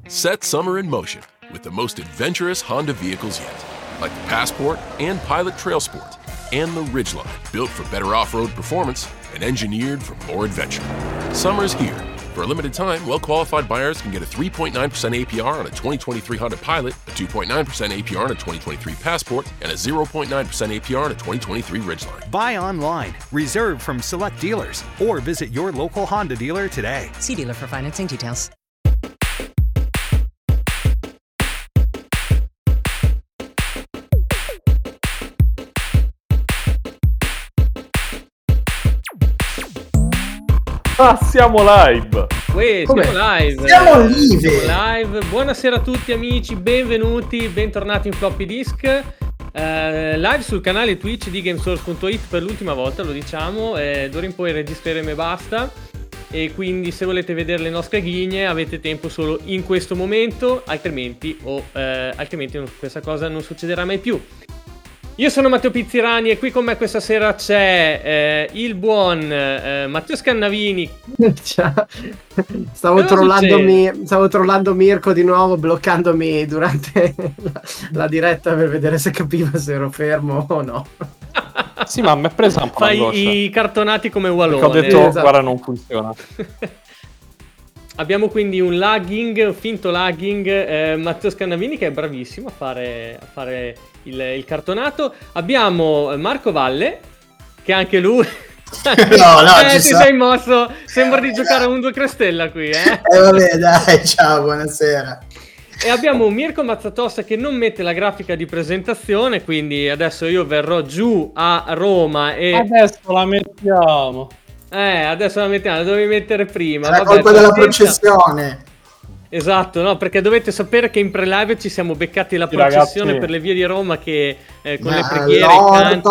Set summer in motion with the most adventurous Honda vehicles yet, like the Passport and Pilot Trail Sport, and the Ridgeline, built for better off-road performance and engineered for more adventure. Summer's here. For a limited time, well-qualified buyers can get a 3.9% APR on a 2023 Honda Pilot, a 2.9% APR on a 2023 Passport, and a 0.9% APR on a 2023 Ridgeline. Buy online, reserve from select dealers, or visit your local Honda dealer today. See dealer for financing details. Ah, siamo live! Siamo live! Siamo live! Siamo live! Buonasera a tutti amici, benvenuti, bentornati in Floppy Disk. Live sul canale Twitch di Gamesource.it per l'ultima volta, lo diciamo. D'ora in poi registreremo e basta. E quindi se volete vedere le nostre ghigne avete tempo solo in questo momento, altrimenti questa cosa non succederà mai più. Io sono Matteo Pizzirani e qui con me questa sera c'è il buon Matteo Scannavini. Ciao. Stavo trollando Mirko di nuovo, bloccandomi durante la diretta per vedere se capiva se ero fermo o no. Sì, ma mi è presa un po' Fai i cartonati come Wallone. Perché ho detto, esatto. Guarda, non funziona. Abbiamo quindi un finto lagging, Matteo Scannavini che è bravissimo a fare il cartonato. Abbiamo Marco Valle, che anche lui... No, ti sei mosso, sembra di giocare a un 2 crestella qui, vabbè, dai, ciao, buonasera. E abbiamo Mirko Mazzatossa che non mette la grafica di presentazione, quindi adesso io verrò giù a Roma e... Adesso la mettiamo, la dovevi mettere prima. È la colpa della processione. Esatto, no, perché dovete sapere che in pre-live ci siamo beccati la processione, ragazzi, per le vie di Roma che con le preghiere e canti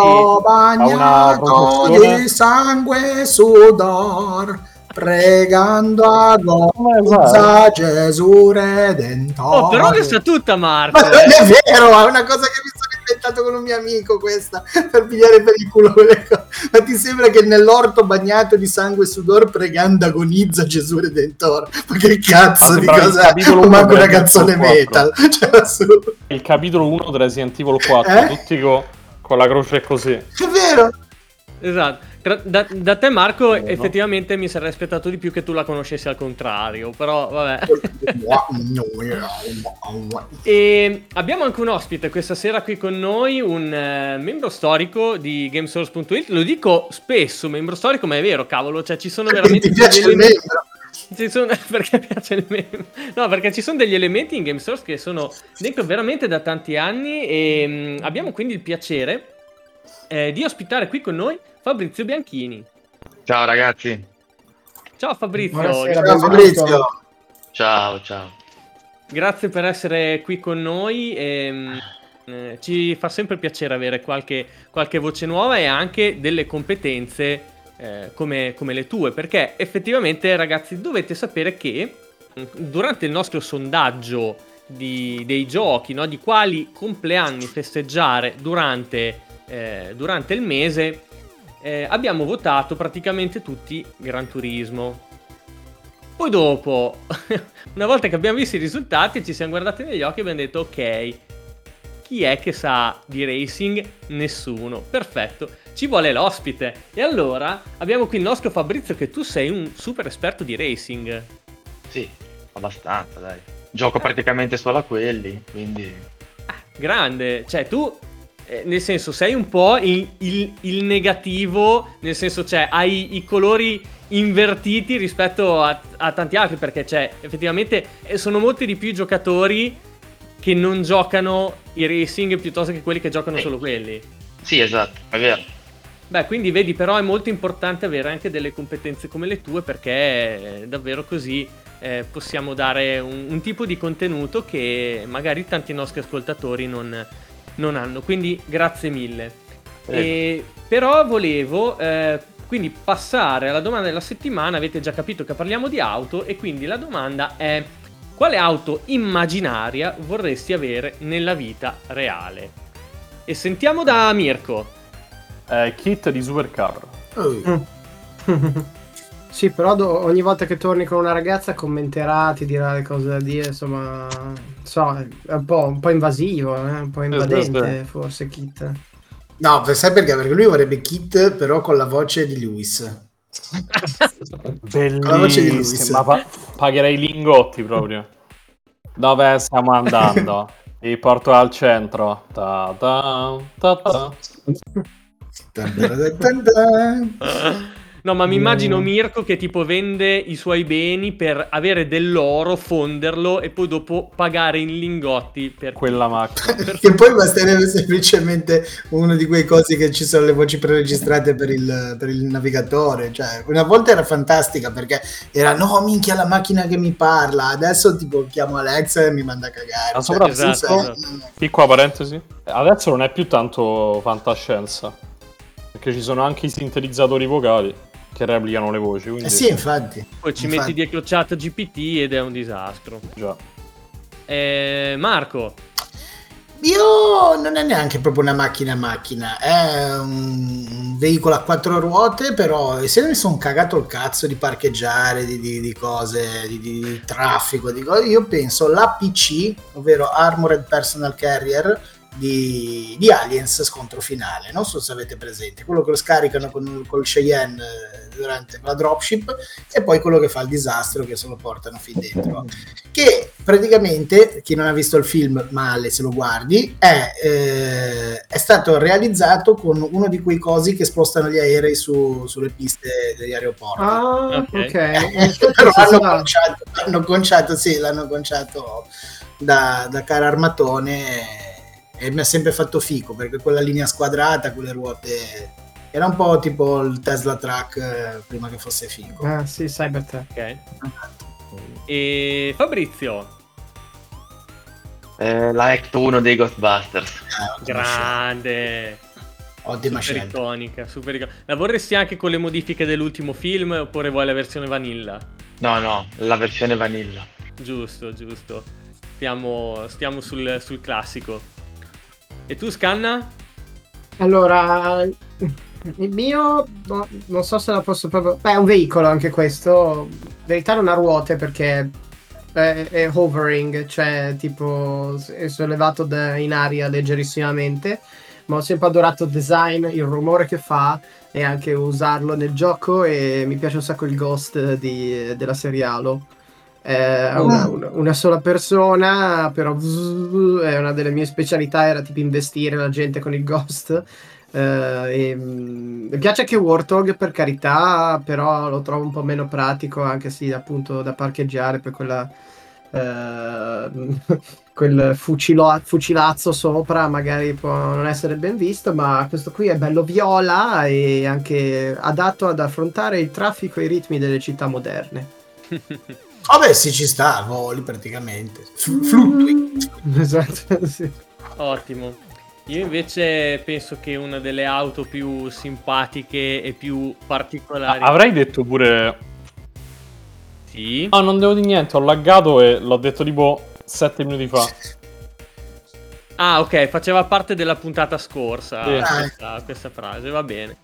bagnato di sangue e sudor, pregando a Gozza Gesù Redentore. Oh, però le sa tutta Marco. Ma non è vero, è una cosa che mi sono inventato con un mio amico questa, per pigliare per il culo quelle cose. Ma ti sembra che nell'orto bagnato di sangue e sudor pregando agonizza Gesù Redentore? Ma che cazzo di cosa è? Non manco una canzone metal. Il capitolo 1 del Resident Evil 4, tutti con la croce così. È vero. Esatto. Da te Marco effettivamente mi sarei aspettato di più che tu la conoscessi al contrario, però vabbè. E abbiamo anche un ospite questa sera qui con noi, un membro storico di Gamesource.it. Lo dico spesso, membro storico, ma è vero, cavolo, cioè ci sono veramente... Ti piace il membro? Perché piace il membro? No, perché ci sono degli elementi in Gamesource che sono dentro veramente da tanti anni e abbiamo quindi il piacere di ospitare qui con noi Fabrizio Bianchini. Ciao ragazzi. Ciao Fabrizio. Ciao Fabrizio. Ciao. Grazie per essere qui con noi. Ci fa sempre piacere avere qualche voce nuova e anche delle competenze come le tue, perché effettivamente ragazzi dovete sapere che durante il nostro sondaggio dei giochi, no, di quali compleanni festeggiare durante il mese, abbiamo votato praticamente tutti Gran Turismo. Poi dopo, una volta che abbiamo visto i risultati, ci siamo guardati negli occhi e abbiamo detto ok, chi è che sa di racing? Nessuno. Perfetto, ci vuole l'ospite. E allora abbiamo qui il nostro Fabrizio, che tu sei un super esperto di racing. Sì, abbastanza, dai. Gioco praticamente solo a quelli, quindi... grande, cioè tu... nel senso sei un po' il negativo, nel senso cioè hai i colori invertiti rispetto a tanti altri, perché cioè effettivamente sono molti di più i giocatori che non giocano i racing piuttosto che quelli che giocano solo quelli. Sì, esatto, è vero. Beh, quindi vedi, però è molto importante avere anche delle competenze come le tue, perché davvero così possiamo dare un tipo di contenuto che magari tanti nostri ascoltatori non hanno, quindi grazie mille. Però volevo quindi passare alla domanda della settimana. Avete già capito che parliamo di auto e quindi la domanda è: quale auto immaginaria vorresti avere nella vita reale? E sentiamo da Mirko. Kit di Supercar. Sì, però ogni volta che torni con una ragazza commenterà, ti dirà le cose da dire, insomma, so, è un po' invasivo, un po' invadente, forse Kit. No, sai perché? Perché lui vorrebbe Kit, però con la voce di Lewis. Con la voce di Lewis. Bellissimo, ma pagherei i lingotti proprio. Dove stiamo andando? Vi porto al centro. Ta ta ta ta. No, ma mi immagino Mirko che tipo vende i suoi beni per avere dell'oro, fonderlo e poi dopo pagare in lingotti per Quella macchina. Che poi basterebbe semplicemente uno di quei cosi che ci sono le voci preregistrate per il navigatore. Cioè, una volta era fantastica perché era no, minchia, la macchina che mi parla. Adesso tipo chiamo Alexa e mi manda a cagare. Ma soprattutto, esatto. piccola parentesi, adesso non è più tanto fantascienza, perché ci sono anche i sintetizzatori vocali che replicano le voci. Quindi... sì, infatti. Poi ci metti dietro chat GPT ed è un disastro. Già. Marco. Io non è neanche proprio una macchina, è un veicolo a quattro ruote, però se mi sono cagato il cazzo di parcheggiare, di cose, di traffico, io penso l'APC, ovvero Armored Personal Carrier di Aliens Scontro Finale, non so se avete presente, quello che lo scaricano col Cheyenne durante la dropship e poi quello che fa il disastro che se lo portano fin dentro, che praticamente, chi non ha visto il film male se lo guardi, è stato realizzato con uno di quei cosi che spostano gli aerei sulle piste degli aeroporti. Ok. Però l'hanno conciato da cara armatone e mi ha sempre fatto fico perché quella linea squadrata, quelle ruote, era un po' tipo il Tesla Truck prima che fosse figo. Ah sì, Cybertruck. Ok. E Fabrizio. La Ecto 1 dei Ghostbusters. Grande. Ottima super scelta. Iconica, super iconica. La vorresti anche con le modifiche dell'ultimo film oppure vuoi la versione vanilla? No, la versione vanilla. Giusto. Stiamo sul classico. E tu, Scanna? Allora, il mio, non so se la posso proprio... Beh, è un veicolo anche questo. In verità non ha ruote perché è hovering, cioè tipo è sollevato in aria leggerissimamente. Ma ho sempre adorato il design, il rumore che fa e anche usarlo nel gioco, e mi piace un sacco il Ghost della serie Halo. Una sola persona, però è una delle mie specialità, era tipo investire la gente con il Ghost. Mi piace anche Warthog, per carità, però lo trovo un po' meno pratico, anche sì, appunto da parcheggiare per quella quel fucilazzo sopra magari può non essere ben visto, ma questo qui è bello viola e anche adatto ad affrontare il traffico e i ritmi delle città moderne. Vabbè, sì, ci sta, voli praticamente. Fluttui. Esatto, sì. Ottimo. Io invece penso che una delle auto più simpatiche e più particolari... Avrei detto pure... Sì. No, non devo dire niente, ho laggato e l'ho detto tipo 7 minuti fa. Ah, ok, faceva parte della puntata scorsa Sì. questa frase, va bene.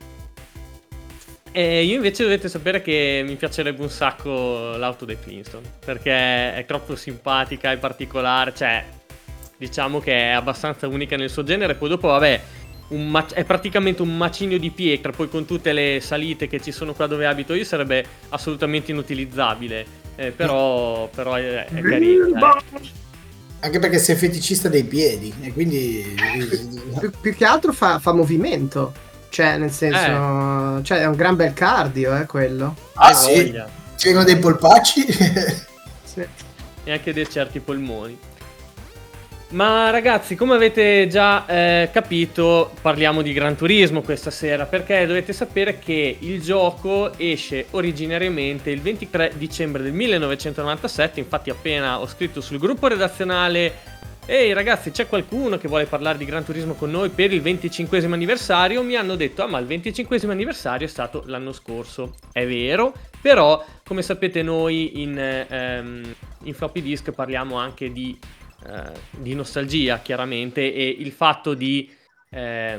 E io invece dovete sapere che mi piacerebbe un sacco l'auto dei Flintstone, perché è troppo simpatica e particolare, cioè diciamo che è abbastanza unica nel suo genere. Poi dopo vabbè, è praticamente un macigno di pietra, poi con tutte le salite che ci sono qua dove abito io sarebbe assolutamente inutilizzabile, però è carino. Anche perché sei feticista dei piedi e quindi più che altro fa movimento. Cioè, nel senso, cioè, è un gran bel cardio, quello. Sì, ci vengono dei polpacci. Sì. E anche dei certi polmoni. Ma ragazzi, come avete già capito, parliamo di Gran Turismo questa sera, perché dovete sapere che il gioco esce originariamente il 23 dicembre del 1997, infatti appena ho scritto sul gruppo redazionale: ehi ragazzi, c'è qualcuno che vuole parlare di Gran Turismo con noi per il 25esimo anniversario? Mi hanno detto, ma il 25esimo anniversario è stato l'anno scorso. È vero, però come sapete noi in Floppy Disk parliamo anche di nostalgia, chiaramente, e il fatto di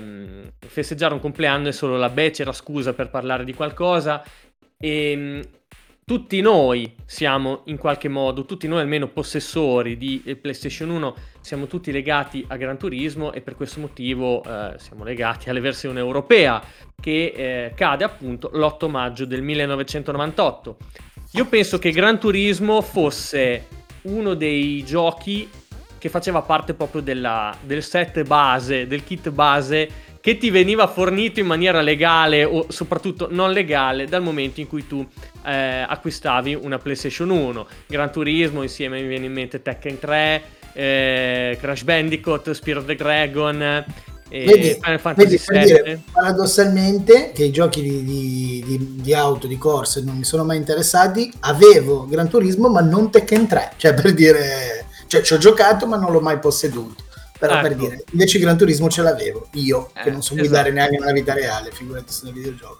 festeggiare un compleanno è solo la becera scusa per parlare di qualcosa. E tutti noi siamo in qualche modo, tutti noi almeno possessori di PlayStation 1, siamo tutti legati a Gran Turismo e per questo motivo siamo legati alla versione europea che cade appunto l'8 maggio del 1998. Io penso che Gran Turismo fosse uno dei giochi che faceva parte proprio del set base, del kit base che ti veniva fornito in maniera legale o soprattutto non legale dal momento in cui tu acquistavi una PlayStation 1. Gran Turismo, insieme mi viene in mente Tekken 3, Crash Bandicoot, Spyro the Dragon, Final Fantasy per VII. dire, paradossalmente, che i giochi di auto, di corse non mi sono mai interessati, avevo Gran Turismo ma non Tekken 3, cioè per dire, cioè ci ho giocato ma non l'ho mai posseduto. Però per dire, invece Gran Turismo ce l'avevo io, che non so guidare neanche nella vita reale, figurati se nel videogioco.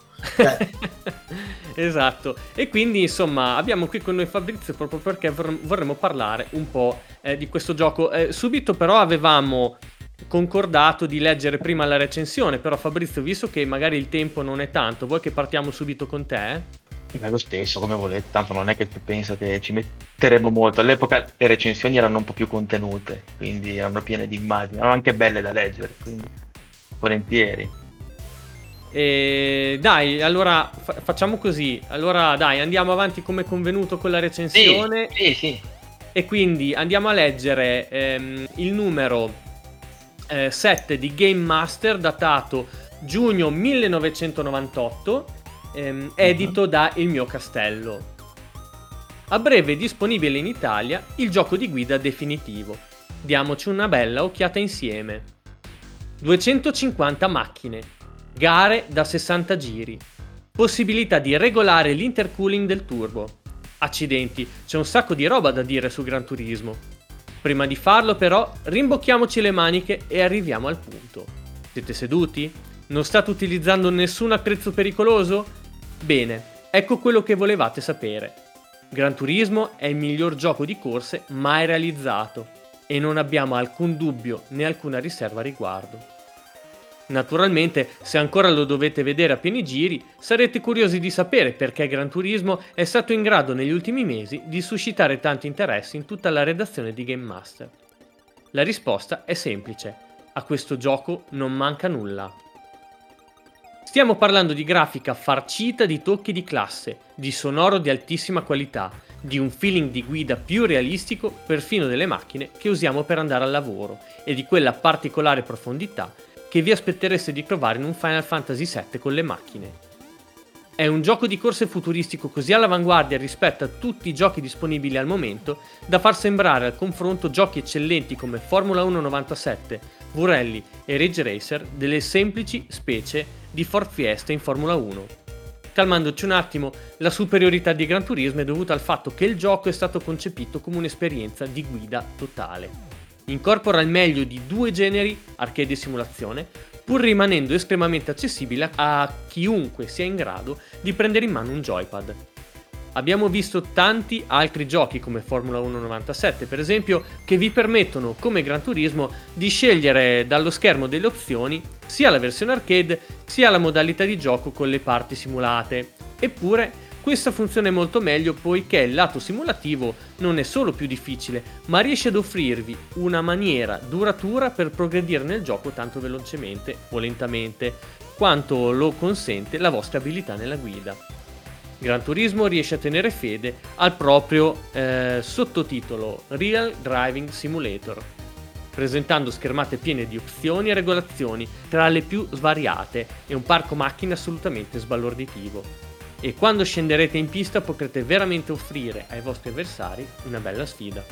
Esatto, e quindi insomma abbiamo qui con noi Fabrizio proprio perché vorremmo parlare un po' di questo gioco. Subito però avevamo concordato di leggere prima la recensione, però Fabrizio, visto che magari il tempo non è tanto, vuoi che partiamo subito con te? È lo stesso, come volete, tanto non è che tu pensa che ci metteremo molto. All'epoca le recensioni erano un po' più contenute, quindi erano piene di immagini, erano anche belle da leggere, quindi volentieri. Dai, allora facciamo così. Allora dai, andiamo avanti come convenuto con la recensione. Sì. E quindi andiamo a leggere il numero 7 di Game Master, datato giugno 1998, edito da Il Mio Castello. A breve disponibile in Italia il gioco di guida definitivo. Diamoci una bella occhiata insieme. 250 macchine, gare da 60 giri, possibilità di regolare l'intercooling del turbo. Accidenti, c'è un sacco di roba da dire su Gran Turismo. Prima di farlo però rimbocchiamoci le maniche e arriviamo al punto. Siete seduti? Non state utilizzando nessun attrezzo pericoloso? Bene, ecco quello che volevate sapere. Gran Turismo è il miglior gioco di corse mai realizzato e non abbiamo alcun dubbio né alcuna riserva a riguardo. Naturalmente, se ancora lo dovete vedere a pieni giri, sarete curiosi di sapere perché Gran Turismo è stato in grado negli ultimi mesi di suscitare tanto interesse in tutta la redazione di Game Master. La risposta è semplice: a questo gioco non manca nulla. Stiamo parlando di grafica farcita di tocchi di classe, di sonoro di altissima qualità, di un feeling di guida più realistico perfino delle macchine che usiamo per andare al lavoro e di quella particolare profondità che vi aspettereste di trovare in un Final Fantasy VII con le macchine. È un gioco di corse futuristico così all'avanguardia rispetto a tutti i giochi disponibili al momento da far sembrare al confronto giochi eccellenti come Formula 1 97, V-Rally e Ridge Racer delle semplici specie di Ford Fiesta in Formula 1. Calmandoci un attimo, la superiorità di Gran Turismo è dovuta al fatto che il gioco è stato concepito come un'esperienza di guida totale. Incorpora il meglio di due generi, arcade e simulazione, pur rimanendo estremamente accessibile a chiunque sia in grado di prendere in mano un joypad. Abbiamo visto tanti altri giochi come Formula 1 97 per esempio che vi permettono come Gran Turismo di scegliere dallo schermo delle opzioni sia la versione arcade sia la modalità di gioco con le parti simulate. Eppure questa funziona molto meglio poiché il lato simulativo non è solo più difficile ma riesce ad offrirvi una maniera duratura per progredire nel gioco tanto velocemente o lentamente quanto lo consente la vostra abilità nella guida. Gran Turismo riesce a tenere fede al proprio sottotitolo Real Driving Simulator, presentando schermate piene di opzioni e regolazioni tra le più svariate e un parco macchine assolutamente sbalorditivo. E quando scenderete in pista potrete veramente offrire ai vostri avversari una bella sfida.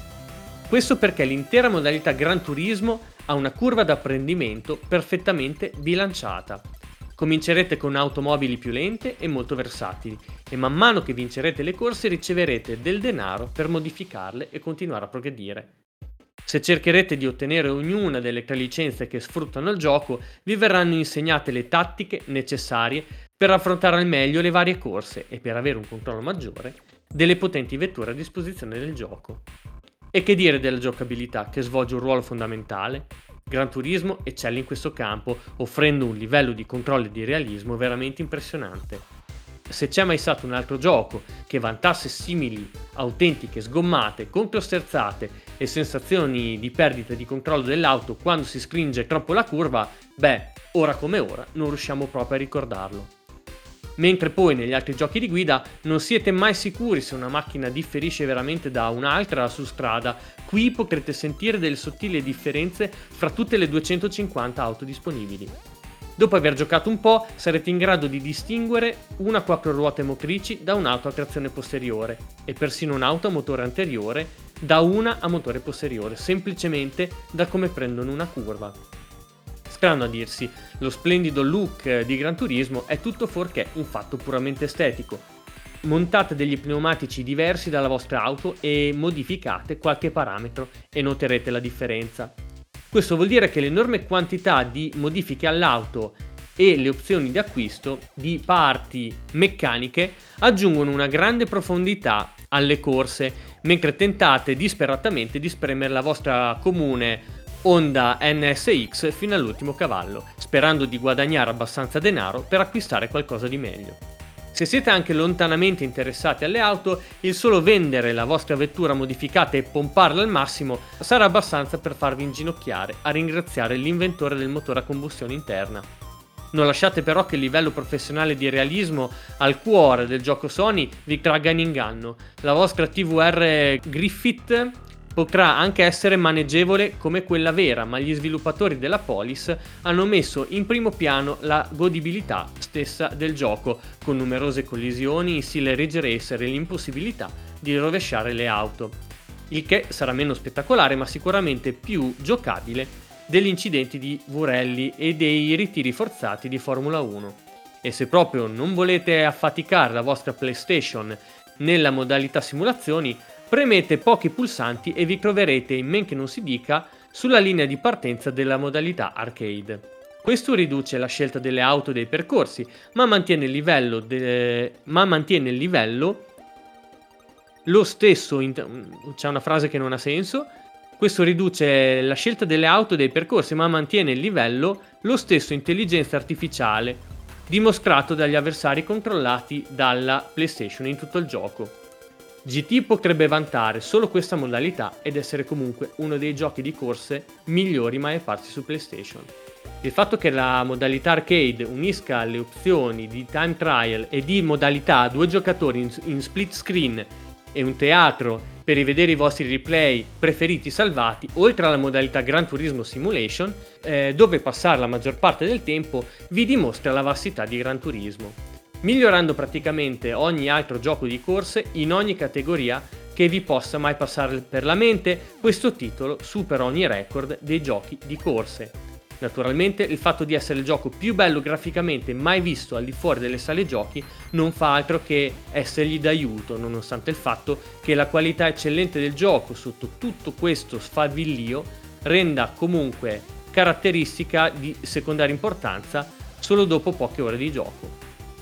Questo perché l'intera modalità Gran Turismo ha una curva d'apprendimento perfettamente bilanciata. Comincerete con automobili più lente e molto versatili e man mano che vincerete le corse riceverete del denaro per modificarle e continuare a progredire. Se cercherete di ottenere ognuna delle tre licenze che sfruttano il gioco, vi verranno insegnate le tattiche necessarie per affrontare al meglio le varie corse e per avere un controllo maggiore delle potenti vetture a disposizione del gioco. E che dire della giocabilità, che svolge un ruolo fondamentale? Gran Turismo eccelle in questo campo, offrendo un livello di controllo e di realismo veramente impressionante. se c'è mai stato un altro gioco che vantasse simili autentiche sgommate, controsterzate e sensazioni di perdita di controllo dell'auto quando si stringe troppo la curva, ora come ora non riusciamo proprio a ricordarlo. Mentre poi negli altri giochi di guida non siete mai sicuri se una macchina differisce veramente da un'altra su strada, qui potrete sentire delle sottili differenze fra tutte le 250 auto disponibili. Dopo aver giocato un po' sarete in grado di distinguere una quattro ruote motrici da un'auto a trazione posteriore e persino un'auto a motore anteriore da una a motore posteriore, semplicemente da come prendono una curva. Strano a dirsi, lo splendido look di Gran Turismo è tutto fuorché un fatto puramente estetico. Montate degli pneumatici diversi dalla vostra auto e modificate qualche parametro e noterete la differenza. Questo vuol dire che l'enorme quantità di modifiche all'auto e le opzioni di acquisto di parti meccaniche aggiungono una grande profondità alle corse, mentre tentate disperatamente di spremere la vostra comune Honda NSX fino all'ultimo cavallo, sperando di guadagnare abbastanza denaro per acquistare qualcosa di meglio. Se siete anche lontanamente interessati alle auto, il solo vendere la vostra vettura modificata e pomparla al massimo sarà abbastanza per farvi inginocchiare a ringraziare l'inventore del motore a combustione interna. Non lasciate però che il livello professionale di realismo al cuore del gioco Sony vi tragga in inganno. La vostra TVR Griffith potrà anche essere maneggevole come quella vera, ma gli sviluppatori della Polis hanno messo in primo piano la godibilità stessa del gioco, con numerose collisioni in stile Ridge Racer e l'impossibilità di rovesciare le auto. Il che sarà meno spettacolare, ma sicuramente più giocabile degli incidenti di Vurelli e dei ritiri forzati di Formula 1. E se proprio non volete affaticare la vostra PlayStation nella modalità simulazioni, premete pochi pulsanti e vi troverete in men che non si dica sulla linea di partenza della modalità arcade. Questo riduce la scelta delle auto e dei percorsi, ma mantiene il livello lo stesso. C'è una frase che non ha senso. Questo riduce la scelta delle auto e dei percorsi, ma mantiene il livello lo stesso intelligenza artificiale dimostrato dagli avversari controllati dalla PlayStation in tutto il gioco. GT potrebbe vantare solo questa modalità ed essere comunque uno dei giochi di corse migliori mai apparsi su PlayStation. Il fatto che la modalità arcade unisca le opzioni di time trial e di modalità a due giocatori in split screen e un teatro per rivedere i vostri replay preferiti salvati, oltre alla modalità Gran Turismo Simulation, dove passare la maggior parte del tempo, vi dimostra la vastità di Gran Turismo, migliorando praticamente ogni altro gioco di corse in ogni categoria che vi possa mai passare per la mente. Questo titolo supera ogni record dei giochi di corse. Naturalmente il fatto di essere il gioco più bello graficamente mai visto al di fuori delle sale giochi non fa altro che essergli d'aiuto, nonostante il fatto che la qualità eccellente del gioco sotto tutto questo sfavillio renda comunque caratteristica di secondaria importanza solo dopo poche ore di gioco.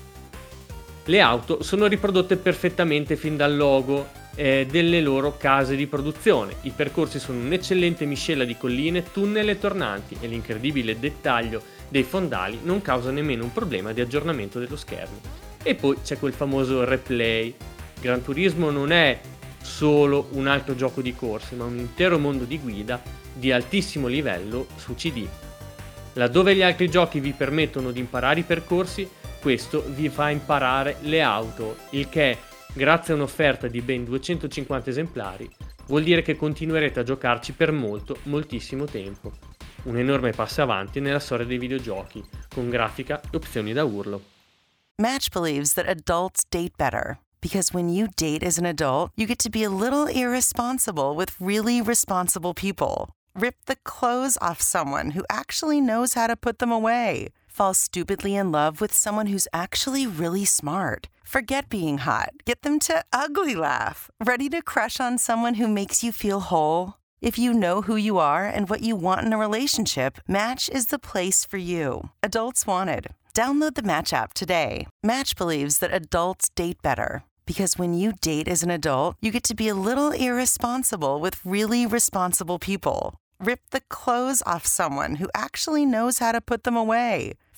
Le auto sono riprodotte perfettamente fin dal logo delle loro case di produzione. I percorsi sono un'eccellente miscela di colline, tunnel e tornanti e l'incredibile dettaglio dei fondali non causa nemmeno un problema di aggiornamento dello schermo. E poi c'è quel famoso replay. Gran Turismo non è solo un altro gioco di corse, ma un intero mondo di guida di altissimo livello su CD. Laddove gli altri giochi vi permettono di imparare i percorsi, questo vi fa imparare le auto, il che, grazie a un'offerta di ben 250 esemplari, vuol dire che continuerete a giocarci per moltissimo tempo. Un enorme passo avanti nella storia dei videogiochi, con grafica e opzioni da urlo. Match believes that adults date better. Because when you date as an adult, you get to be a little irresponsible with really responsible people. Rip the clothes off someone who actually knows how to put them away. Fall stupidly in love with someone who's actually really smart. Forget being hot. Get them to ugly laugh. Ready to crush on someone who makes you feel whole? If you know who you are and what you want in a relationship, Match is the place for you. Adults wanted. Download the Match app today. Match believes that adults date better. Because when you date as an adult, you get to be a little irresponsible with really responsible people. Rip the clothes off someone who actually knows how to put them away.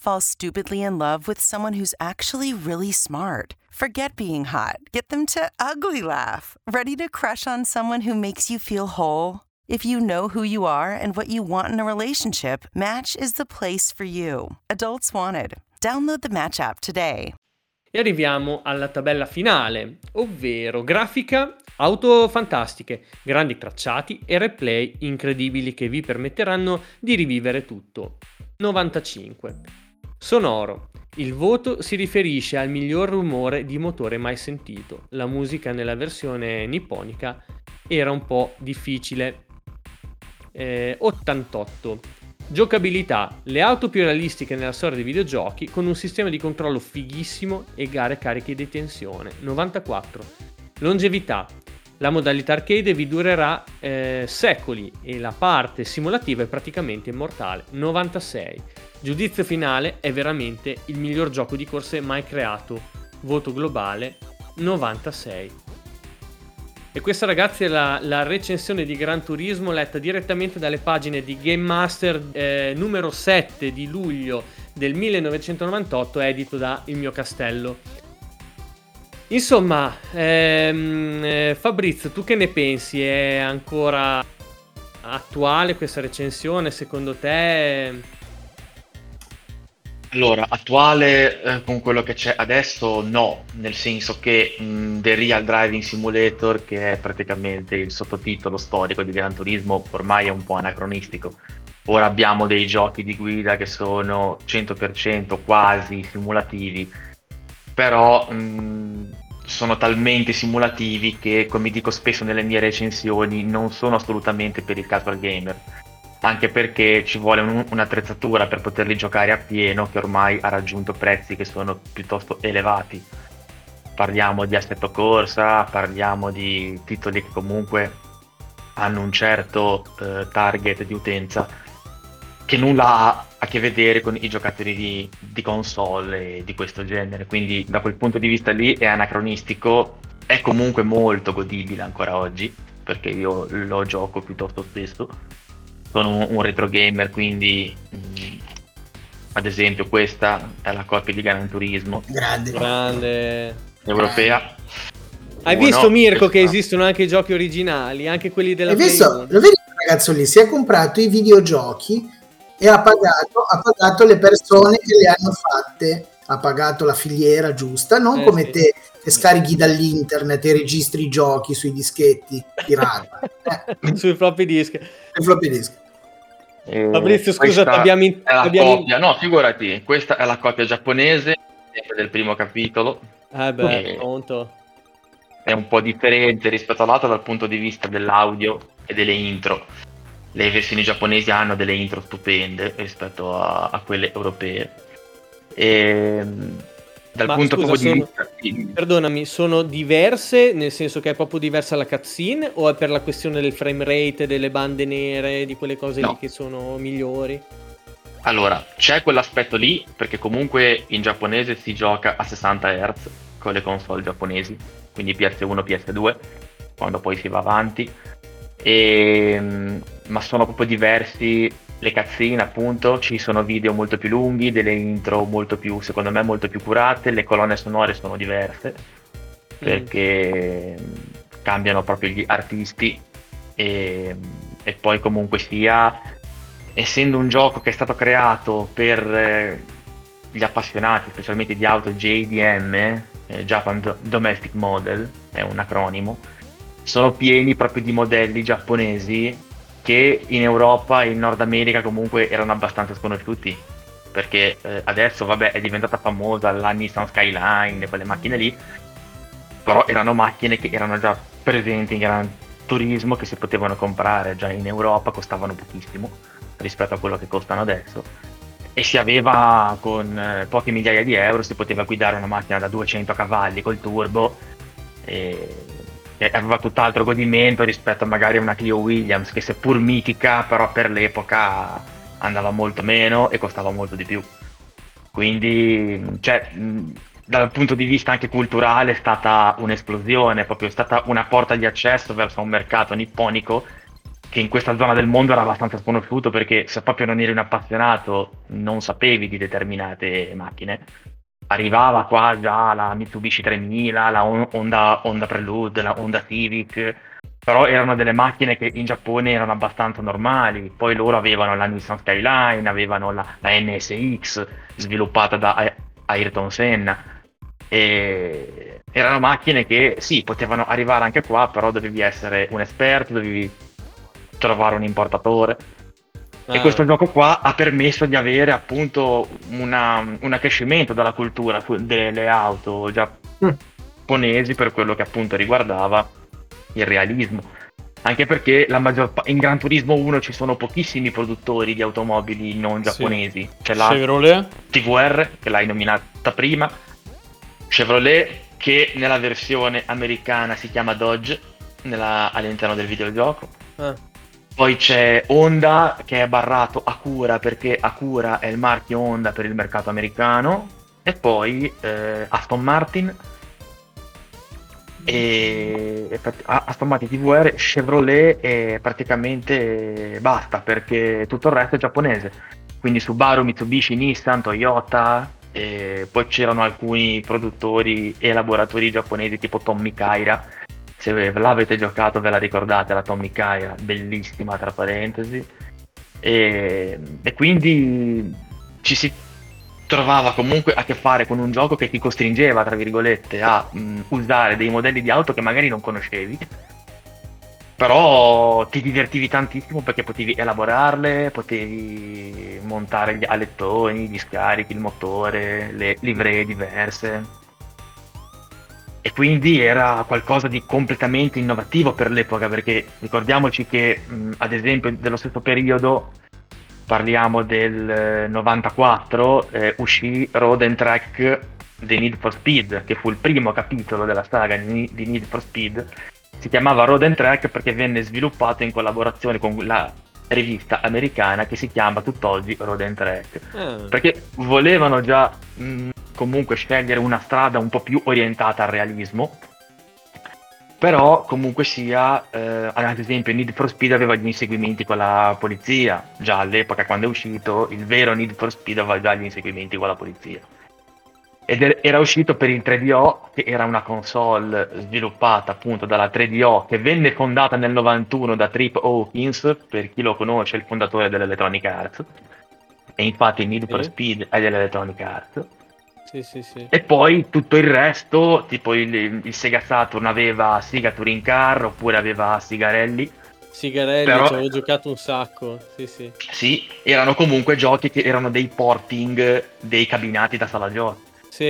Fall stupidly in love with someone who's actually really smart. Forget being hot. Get them to ugly laugh. Ready to crush on someone who makes you feel whole? If you know who you are and what you want in a relationship, Match is the place for you. Adults Wanted. Download the Match app today. E arriviamo alla tabella finale, ovvero grafica, auto fantastiche, grandi tracciati e replay incredibili che vi permetteranno di rivivere tutto. 95. Sonoro. Il voto si riferisce al miglior rumore di motore mai sentito. La musica nella versione nipponica era un po' difficile. 88. Giocabilità, le auto più realistiche nella storia dei videogiochi con un sistema di controllo fighissimo e gare cariche di tensione. 94. Longevità, la modalità arcade vi durerà secoli e la parte simulativa è praticamente immortale. 96. Giudizio finale, è veramente il miglior gioco di corse mai creato. Voto globale 96. E questa, ragazzi, è la recensione di Gran Turismo letta direttamente dalle pagine di Game Master, numero 7 di luglio del 1998, edito da Il Mio Castello. Insomma, Fabrizio, tu che ne pensi? È ancora attuale questa recensione, secondo te? Allora, attuale con quello che c'è adesso no, nel senso che The Real Driving Simulator, che è praticamente il sottotitolo storico di Gran Turismo, ormai è un po' anacronistico. Ora abbiamo dei giochi di guida che sono 100% quasi simulativi, però sono talmente simulativi che, come dico spesso nelle mie recensioni, non sono assolutamente per il casual gamer. Anche perché ci vuole un'attrezzatura per poterli giocare appieno che ormai ha raggiunto prezzi che sono piuttosto elevati. Parliamo di assetto corsa, parliamo di titoli che comunque hanno un certo target di utenza che nulla ha a che vedere con i giocatori di console e di questo genere. Quindi da quel punto di vista lì è anacronistico, è comunque molto godibile ancora oggi, perché io lo gioco piuttosto spesso. Sono un retro gamer, quindi ad esempio questa è la copia di Gran Turismo Grande europea. Hai visto, Mirko, che esistono anche i giochi originali, anche quelli della Play 1? Lo vedi il ragazzo lì? Si è comprato i videogiochi e ha pagato le persone che le hanno fatte, ha pagato la filiera giusta, non come sì. Te che scarichi dall'internet e registri i giochi sui dischetti pirata. Sui floppy disk. Fabrizio, scusa, abbiamo copia. No, figurati, questa è la copia giapponese del primo capitolo. Pronto. È un po' differente rispetto all'altro dal punto di vista dell'audio e delle intro. Le versioni giapponesi hanno delle intro stupende rispetto a quelle europee. Dal punto di vista, perdonami, sono diverse, nel senso che è proprio diversa la cutscene, o è per la questione del frame rate, delle bande nere, di quelle cose lì che sono migliori? Allora, c'è quell'aspetto lì, perché comunque in giapponese si gioca a 60 Hz con le console giapponesi, quindi PS1, PS2, quando poi si va avanti, ma sono proprio diversi. Le cutscene, appunto, ci sono video molto più lunghi, delle intro molto più, secondo me, molto più curate. Le colonne sonore sono diverse perché cambiano proprio gli artisti e poi comunque sia, essendo un gioco che è stato creato per gli appassionati, specialmente di auto JDM, Japan Domestic Model, è un acronimo, sono pieni proprio di modelli giapponesi che in Europa e in Nord America comunque erano abbastanza sconosciuti, perché adesso vabbè è diventata famosa la Nissan Skyline e quelle macchine lì, però erano macchine che erano già presenti in Gran Turismo, che si potevano comprare già in Europa, costavano pochissimo rispetto a quello che costano adesso, e si aveva con poche migliaia di euro si poteva guidare una macchina da 200 cavalli col turbo e aveva tutt'altro godimento rispetto a magari una Clio Williams, che seppur mitica, però per l'epoca andava molto meno e costava molto di più. Quindi, dal punto di vista anche culturale è stata un'esplosione, proprio è stata una porta di accesso verso un mercato nipponico che in questa zona del mondo era abbastanza sconosciuto, perché se proprio non eri un appassionato non sapevi di determinate macchine. Arrivava qua già la Mitsubishi 3000, la Honda Prelude, la Honda Civic, però erano delle macchine che in Giappone erano abbastanza normali. Poi loro avevano la Nissan Skyline, avevano la NSX sviluppata da Ayrton Senna, e erano macchine che sì, potevano arrivare anche qua, però dovevi essere un esperto, dovevi trovare un importatore. E questo gioco qua ha permesso di avere appunto un accrescimento della cultura delle auto giapponesi per quello che appunto riguardava il realismo. Anche perché in Gran Turismo 1 ci sono pochissimi produttori di automobili non giapponesi. C'è la Chevrolet, TVR, che l'hai nominata prima, Chevrolet, che nella versione americana si chiama Dodge all'interno del videogioco. Poi c'è Honda, che è barrato Acura, perché Acura è il marchio Honda per il mercato americano. E poi Aston Martin, e Aston Martin, TVR, Chevrolet, e praticamente basta, perché tutto il resto è giapponese. Quindi Subaru, Mitsubishi, Nissan, Toyota, e poi c'erano alcuni produttori e elaboratori giapponesi tipo Tommy Kaira. Se l'avete giocato ve la ricordate, la Tommy Kaira, bellissima tra parentesi, e quindi ci si trovava comunque a che fare con un gioco che ti costringeva, tra virgolette, a usare dei modelli di auto che magari non conoscevi, però ti divertivi tantissimo perché potevi elaborarle, potevi montare gli alettoni, gli scarichi, il motore, le livree diverse. E quindi era qualcosa di completamente innovativo per l'epoca, perché ricordiamoci che ad esempio dello stesso periodo, parliamo del 94, uscì Road & Track The Need for Speed, che fu il primo capitolo della saga di Need for Speed. Si chiamava Road & Track perché venne sviluppato in collaborazione con la rivista americana che si chiama tutt'oggi Road & Track, perché volevano già comunque scegliere una strada un po' più orientata al realismo, però comunque sia, ad esempio Need for Speed aveva gli inseguimenti con la polizia, già all'epoca quando è uscito il vero Need for Speed aveva già gli inseguimenti con la polizia, ed era uscito per il 3DO, che era una console sviluppata appunto dalla 3DO, che venne fondata nel 91 da Trip Hawkins, per chi lo conosce, il fondatore dell'Electronic Arts, e infatti Need for Speed è dell'Electronic Arts. Sì. E poi tutto il resto, tipo il Sega Saturn aveva Sega Touring Car, oppure aveva Sigarelli, però, ci avevo giocato un sacco. Sì, erano comunque giochi che erano dei porting dei cabinati da sala giochi. Sì.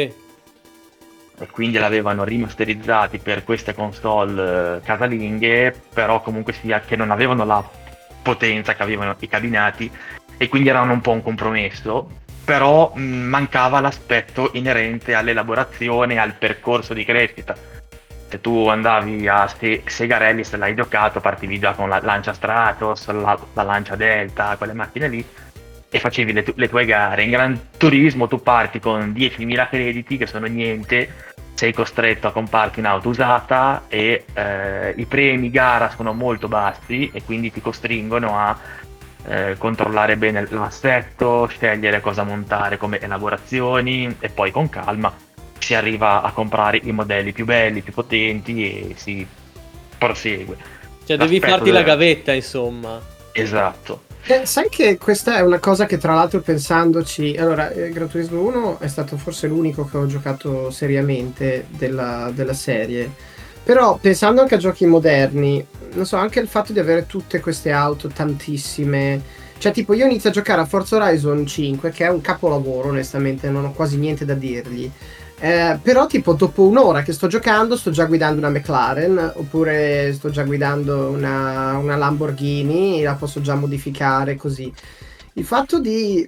E quindi l'avevano rimasterizzati per queste console casalinghe, però comunque sia che non avevano la potenza che avevano i cabinati, e quindi erano un po' un compromesso. Però mancava l'aspetto inerente all'elaborazione e al percorso di crescita. Se tu andavi a Segarelli, se l'hai giocato, partivi già con la Lancia Stratos, la Lancia Delta, quelle macchine lì, e facevi le tue gare. In Gran Turismo tu parti con 10.000 crediti, che sono niente, sei costretto a comprarti un'auto usata, e i premi gara sono molto bassi, e quindi ti costringono a controllare bene l'assetto, scegliere cosa montare come elaborazioni, e poi con calma si arriva a comprare i modelli più belli, più potenti, e si prosegue. Cioè devi farti la gavetta, insomma. Esatto. Sai che questa è una cosa che, tra l'altro, pensandoci, allora Gran Turismo 1 è stato forse l'unico che ho giocato seriamente della serie, però pensando anche a giochi moderni, non so, anche il fatto di avere tutte queste auto, tantissime, cioè tipo io inizio a giocare a Forza Horizon 5, che è un capolavoro, onestamente non ho quasi niente da dirgli, però tipo dopo un'ora che sto giocando sto già guidando una McLaren, oppure sto già guidando una Lamborghini, la posso già modificare così. Il fatto di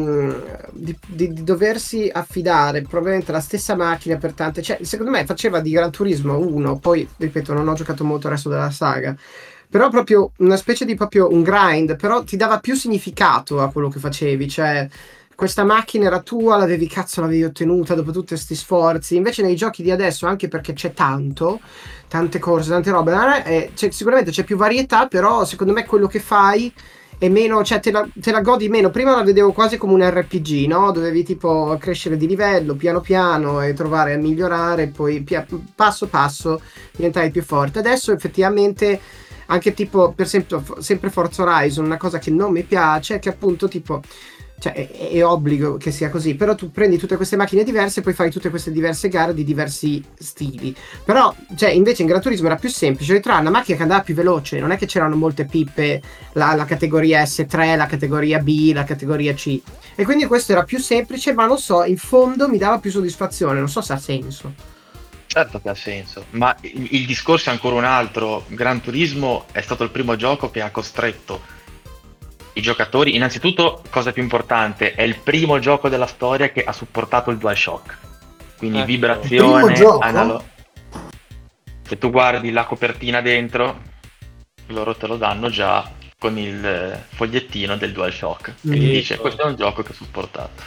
doversi affidare probabilmente la stessa macchina per tante, cioè secondo me faceva di Gran Turismo 1, poi ripeto non ho giocato molto il resto della saga, però proprio una specie di proprio un grind, però ti dava più significato a quello che facevi, cioè questa macchina era tua, l'avevi ottenuta dopo tutti questi sforzi. Invece nei giochi di adesso, anche perché c'è tante corse, tante robe, sicuramente c'è più varietà, però secondo me quello che fai è meno, cioè te la godi meno. Prima la vedevo quasi come un RPG, no? Dovevi tipo crescere di livello piano piano e trovare a migliorare, poi passo passo diventavi più forte. Adesso effettivamente anche tipo, per esempio, sempre Forza Horizon, una cosa che non mi piace è che appunto tipo, cioè è obbligo che sia così, però tu prendi tutte queste macchine diverse e poi fai tutte queste diverse gare di diversi stili. Però, cioè, invece in Gran Turismo era più semplice, ritrovi una macchina che andava più veloce, non è che c'erano molte pippe, la categoria S3, la categoria B, la categoria C. E quindi questo era più semplice, ma non so, in fondo mi dava più soddisfazione, non so se ha senso. Certo che ha senso, ma il discorso è ancora un altro. Gran Turismo è stato il primo gioco che ha costretto i giocatori, innanzitutto, cosa più importante, è il primo gioco della storia che ha supportato il DualShock, quindi vibrazione, analogo. Se tu guardi la copertina dentro, loro te lo danno già con il fogliettino del DualShock che ti dice questo è un gioco che ha supportato.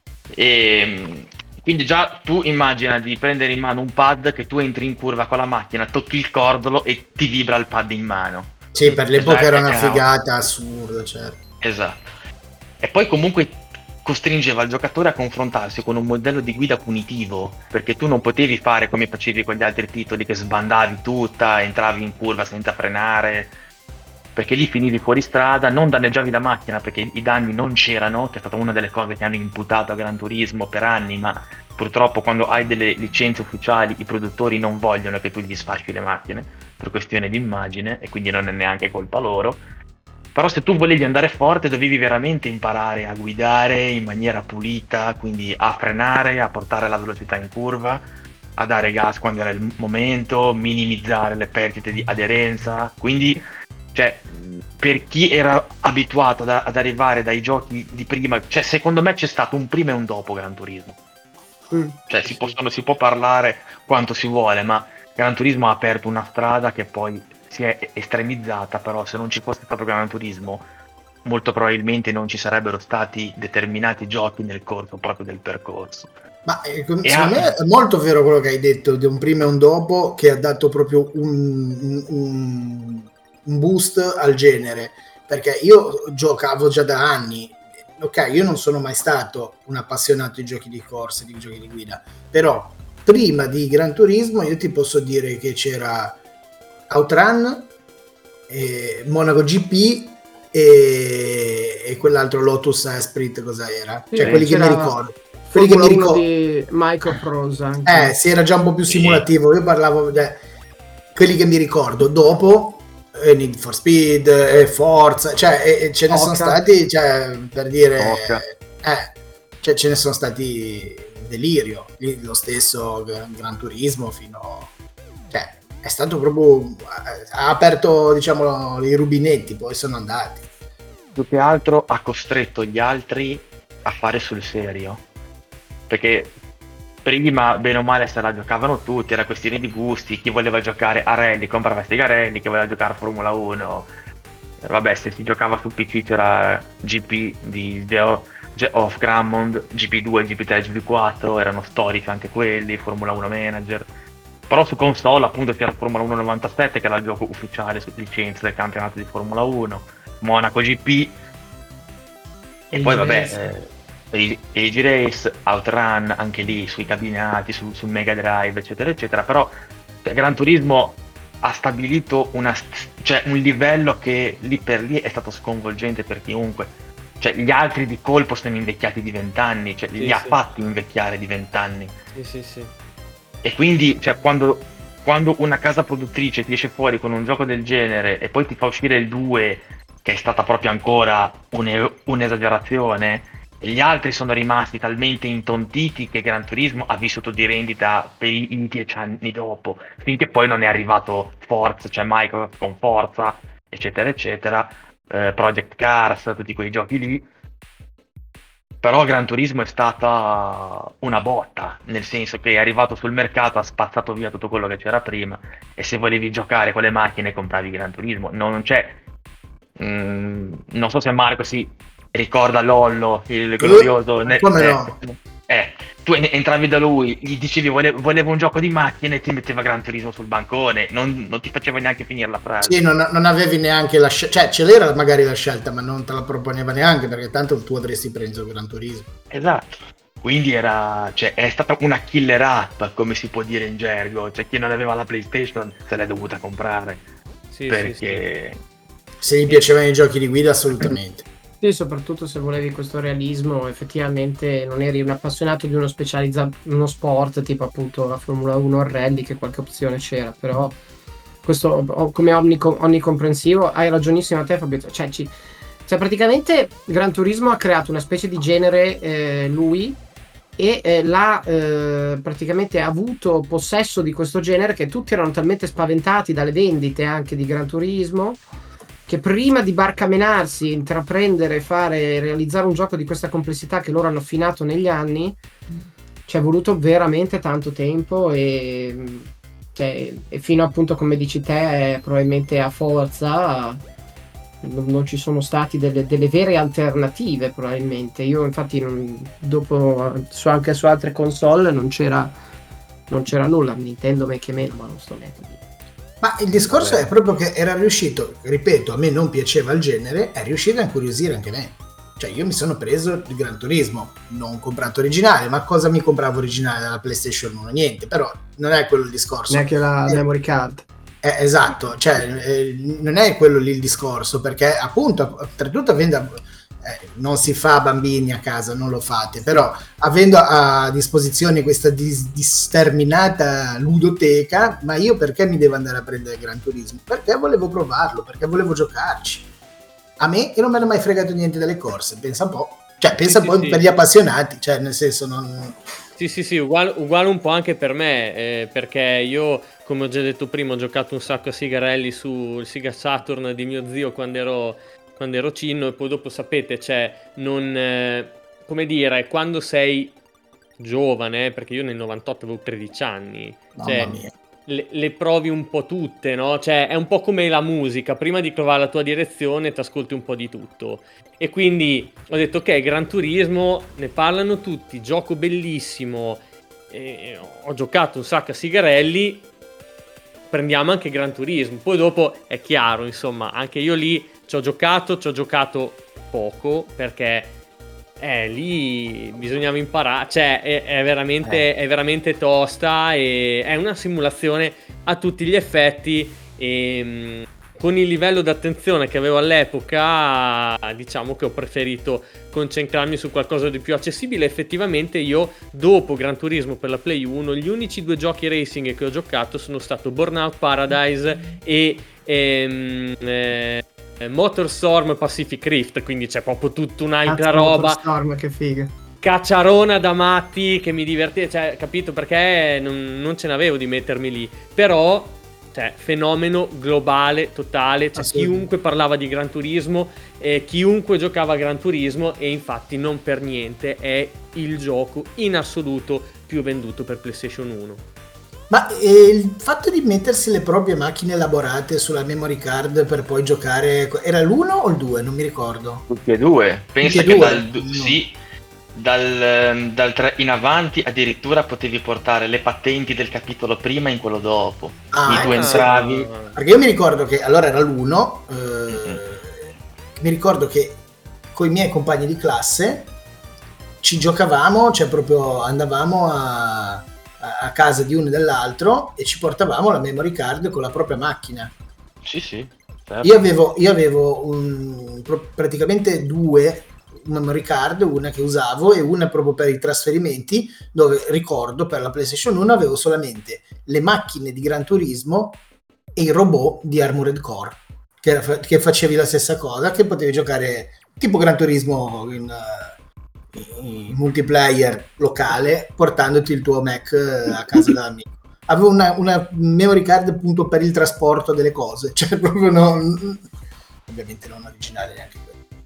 E quindi già tu immagina di prendere in mano un pad, che tu entri in curva con la macchina, tocchi il cordolo e ti vibra il pad in mano. Sì, per l'epoca era una figata assurda, certo. Esatto. E poi comunque costringeva il giocatore a confrontarsi con un modello di guida punitivo, perché tu non potevi fare come facevi con gli altri titoli, che sbandavi tutta, entravi in curva senza frenare, perché lì finivi fuori strada, non danneggiavi la macchina perché i danni non c'erano, che è stata una delle cose che hanno imputato a Gran Turismo per anni, ma purtroppo quando hai delle licenze ufficiali i produttori non vogliono che tu gli sfasci le macchine per questione di immagine, e quindi non è neanche colpa loro. Però se tu volevi andare forte dovevi veramente imparare a guidare in maniera pulita, quindi a frenare, a portare la velocità in curva, a dare gas quando era il momento, minimizzare le perdite di aderenza. Quindi, cioè, per chi era abituato ad arrivare dai giochi di prima, cioè secondo me c'è stato un prima e un dopo Gran Turismo. Cioè si può parlare quanto si vuole, ma Gran Turismo ha aperto una strada che poi si è estremizzata, però se non ci fosse stato Gran Turismo molto probabilmente non ci sarebbero stati determinati giochi nel corso proprio del percorso. Ma secondo me è molto vero quello che hai detto di un prima e un dopo, che ha dato proprio un boost al genere, perché io giocavo già da anni. Ok, io non sono mai stato un appassionato di giochi di corsa, di giochi di guida, però prima di Gran Turismo io ti posso dire che c'era Outrun, Monaco GP e quell'altro Lotus Esprit, cosa era? Cioè quelli che mi ricordo. Quelli che mi ricordo di Microprose anche. Sì, era già un po' più simulativo. Io parlavo quelli che mi ricordo. Dopo Need for Speed, Forza, cioè ce ne sono stati, cioè, per dire, cioè, ce ne sono stati delirio. Lo stesso Gran Turismo cioè è stato proprio, ha aperto, diciamo, i rubinetti, poi sono andati. Più che altro ha costretto gli altri a fare sul serio, perché prima bene o male se la giocavano tutti, era questione di gusti, chi voleva giocare a rally comprava sti Garelli, chi voleva giocare a Formula 1, vabbè, se si giocava su PC c'era GP di Geoff Crammond, GP2, GP3, GP4, erano storici anche quelli, Formula 1 Manager. Però su console appunto c'era Formula 1 97, che era il gioco ufficiale su licenza del campionato di Formula 1, Monaco GP, e poi vabbè Age Race, Outrun, anche lì sui cabinati, sul Mega Drive, eccetera eccetera. Però Gran Turismo ha stabilito un livello che lì per lì è stato sconvolgente per chiunque. Cioè gli altri di colpo sono invecchiati di 20 anni, cioè li ha fatti invecchiare di 20 anni. Sì. E quindi, cioè, quando una casa produttrice ti esce fuori con un gioco del genere e poi ti fa uscire il 2, che è stata proprio ancora un'esagerazione, e gli altri sono rimasti talmente intontiti che Gran Turismo ha vissuto di rendita per i 10 anni dopo, finché poi non è arrivato Forza, cioè Microsoft con Forza, eccetera eccetera, Project Cars, tutti quei giochi lì. Però Gran Turismo è stata una botta, nel senso che è arrivato sul mercato, ha spazzato via tutto quello che c'era prima, e se volevi giocare con le macchine compravi Gran Turismo. Non c'è, non so se Marco ricorda Lollo, il glorioso... come no? Tu entravi da lui, gli dicevi volevo un gioco di macchine e ti metteva Gran Turismo sul bancone, non ti faceva neanche finire la frase. Sì, non avevi neanche la scelta, cioè ce l'era magari la scelta, ma non te la proponeva neanche, perché tanto tu avresti preso Gran Turismo. Esatto, quindi è stata una killer app, come si può dire in gergo, cioè chi non aveva la PlayStation se l'è dovuta comprare, perché... Se gli piacevano i giochi di guida, assolutamente. Sì, soprattutto se volevi questo realismo, effettivamente non eri un appassionato di uno sport tipo appunto la Formula 1 o il rally, che qualche opzione c'era, però questo come onnicomprensivo, hai ragionissimo te Fabio, cioè praticamente Gran Turismo ha creato una specie di genere lui, e praticamente ha avuto possesso di questo genere, che tutti erano talmente spaventati dalle vendite anche di Gran Turismo, che prima di barcamenarsi, intraprendere, realizzare un gioco di questa complessità che loro hanno affinato negli anni, ci è voluto veramente tanto tempo, e fino appunto, come dici te, probabilmente a Forza non ci sono stati delle vere alternative, probabilmente. Io infatti dopo anche su altre console non c'era nulla, Nintendo men che meno, ma non sto neanche a dire. Ma il discorso è proprio che era riuscito, ripeto, a me non piaceva il genere, è riuscito a incuriosire anche me. Cioè io mi sono preso il Gran Turismo, non ho comprato originale, ma cosa mi compravo originale dalla PlayStation 1? Niente, però non è quello il discorso. Neanche la memory card. Esatto, cioè non è quello lì il discorso, perché appunto, oltretutto non si fa bambini a casa, non lo fate, però avendo a disposizione questa sterminata ludoteca, ma io perché mi devo andare a prendere Gran Turismo? Perché volevo provarlo, perché volevo giocarci. A me, che non me ne ho mai fregato niente delle corse, pensa un po', cioè pensa un po' per gli appassionati, cioè nel senso non... Sì, uguale un po' anche per me, perché io, come ho già detto prima, ho giocato un sacco a Sega Rally sul Sega Saturn di mio zio quando ero cinno, e poi dopo sapete, come dire, quando sei giovane, perché io nel 98 avevo 13 anni, Mamma mia. Le provi un po' tutte, no? Cioè è un po' come la musica, prima di trovare la tua direzione ti ascolti un po' di tutto, e quindi ho detto ok, Gran Turismo, ne parlano tutti, gioco bellissimo, ho giocato un sacco a Sigarelli, prendiamo anche Gran Turismo. Poi dopo è chiaro, insomma, anche io lì ci ho giocato poco, perché lì bisognava imparare, cioè è veramente tosta, e è una simulazione a tutti gli effetti, e con il livello d'attenzione che avevo all'epoca, diciamo che ho preferito concentrarmi su qualcosa di più accessibile. Effettivamente io, dopo Gran Turismo per la Play 1, gli unici due giochi racing che ho giocato sono stato Burnout Paradise e Motorstorm Pacific Rift, quindi c'è proprio tutta un'altra roba. Motorstorm, che figa. Cacciarona da matti, che mi divertiva, cioè, capito, perché non ce n'avevo di mettermi lì. Però, cioè, fenomeno globale, totale, cioè, chiunque parlava di Gran Turismo, chiunque giocava a Gran Turismo, e infatti non per niente è il gioco in assoluto più venduto per PlayStation 1. Ma il fatto di mettersi le proprie macchine elaborate sulla memory card per poi giocare, era l'1 o il 2? Non mi ricordo. Tutti e due. Pensa che dal 3 in avanti addirittura potevi portare le patenti del capitolo prima in quello dopo. Tu entravi. Perché io mi ricordo che allora era l'1, mi ricordo che con i miei compagni di classe ci giocavamo, cioè proprio andavamo a casa di uno e dell'altro e ci portavamo la memory card con la propria macchina. Sì, certo. Io avevo praticamente due memory card, una che usavo e una proprio per i trasferimenti, dove ricordo per la PlayStation 1 avevo solamente le macchine di Gran Turismo e i robot di Armored Core, che facevi la stessa cosa, che potevi giocare tipo Gran Turismo in multiplayer locale, portandoti il tuo Mac a casa dall'amico. Avevo una memory card appunto per il trasporto delle cose, cioè proprio ovviamente non originale neanche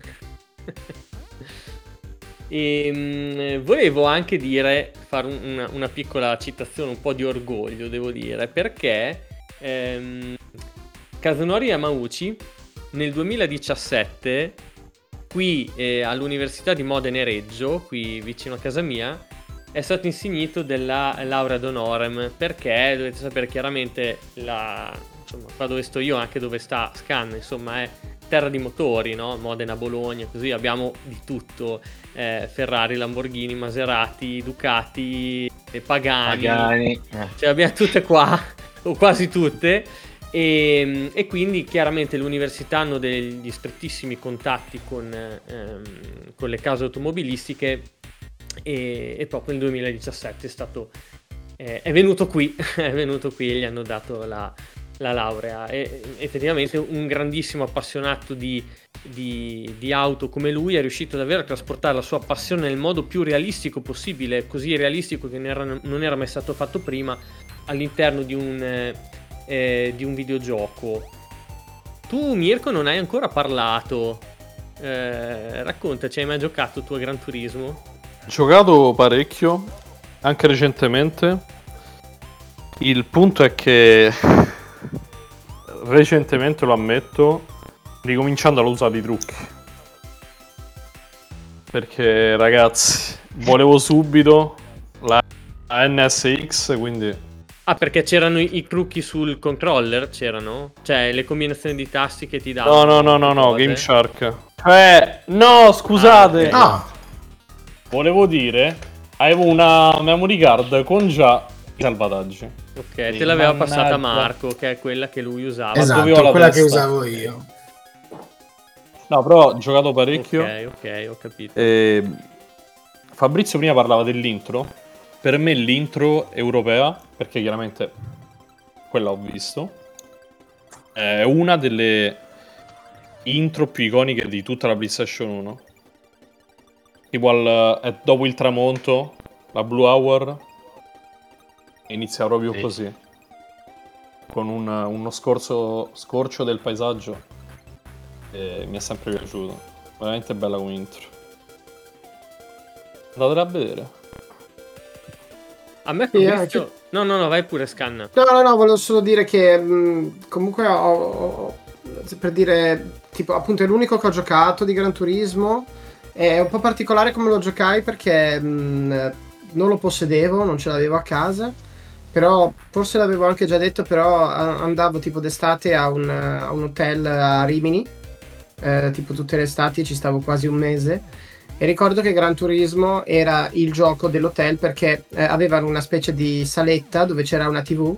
quello. Volevo anche fare una piccola citazione, un po' di orgoglio, devo dire, perché Kazunori Yamauchi nel 2017 qui all'Università di Modena e Reggio, qui vicino a casa mia, è stato insignito della laurea d'honorem, perché dovete sapere chiaramente insomma, qua dove sto io, anche dove sta Scan, insomma è terra di motori, no? Modena, Bologna, così abbiamo di tutto, Ferrari, Lamborghini, Maserati, Ducati, Pagani. Cioè abbiamo tutte qua, o quasi tutte, e quindi chiaramente le università hanno degli strettissimi contatti con le case automobilistiche, e proprio nel 2017 è venuto qui è venuto qui e gli hanno dato la laurea. E effettivamente un grandissimo appassionato di auto come lui è riuscito davvero a trasportare la sua passione nel modo più realistico possibile, così realistico che non era mai stato fatto prima, all'interno di un videogioco. Tu, Mirko, non hai ancora parlato, raccontaci, hai mai giocato tu a Gran Turismo? Giocato parecchio, anche recentemente. Il punto è che recentemente, lo ammetto, ricominciando all'usare i trucchi, perché ragazzi, volevo subito la NSX, quindi... Ah, perché c'erano i trucchi sul controller? C'erano? Cioè, le combinazioni di tasti che ti No, davano? Game Shark. No, scusate. Volevo dire, avevo una memory card con già i salvataggi. Ok, te l'aveva passata Marco, che è quella che lui usava. Esatto, quella che usavo io. No, però ho giocato parecchio. Ok, ho capito. Fabrizio prima parlava dell'intro. Per me l'intro europea, perché chiaramente quella ho visto, è una delle intro più iconiche di tutta la PlayStation 1. Tipo è dopo il tramonto, la Blue Hour, inizia proprio così, con uno scorcio del paesaggio, e mi è sempre piaciuto. Veramente bella come intro. Andatela a vedere. A me Fabrizio... No, vai pure, Scanna. No, volevo solo dire che comunque per dire, tipo, appunto è l'unico che ho giocato di Gran Turismo. È un po' particolare come lo giocai, perché non lo possedevo, non ce l'avevo a casa, però forse l'avevo anche già detto, però andavo tipo d'estate a un hotel a Rimini, tipo tutte le estati, ci stavo quasi un mese. E ricordo che Gran Turismo era il gioco dell'hotel, perché avevano una specie di saletta dove c'era una TV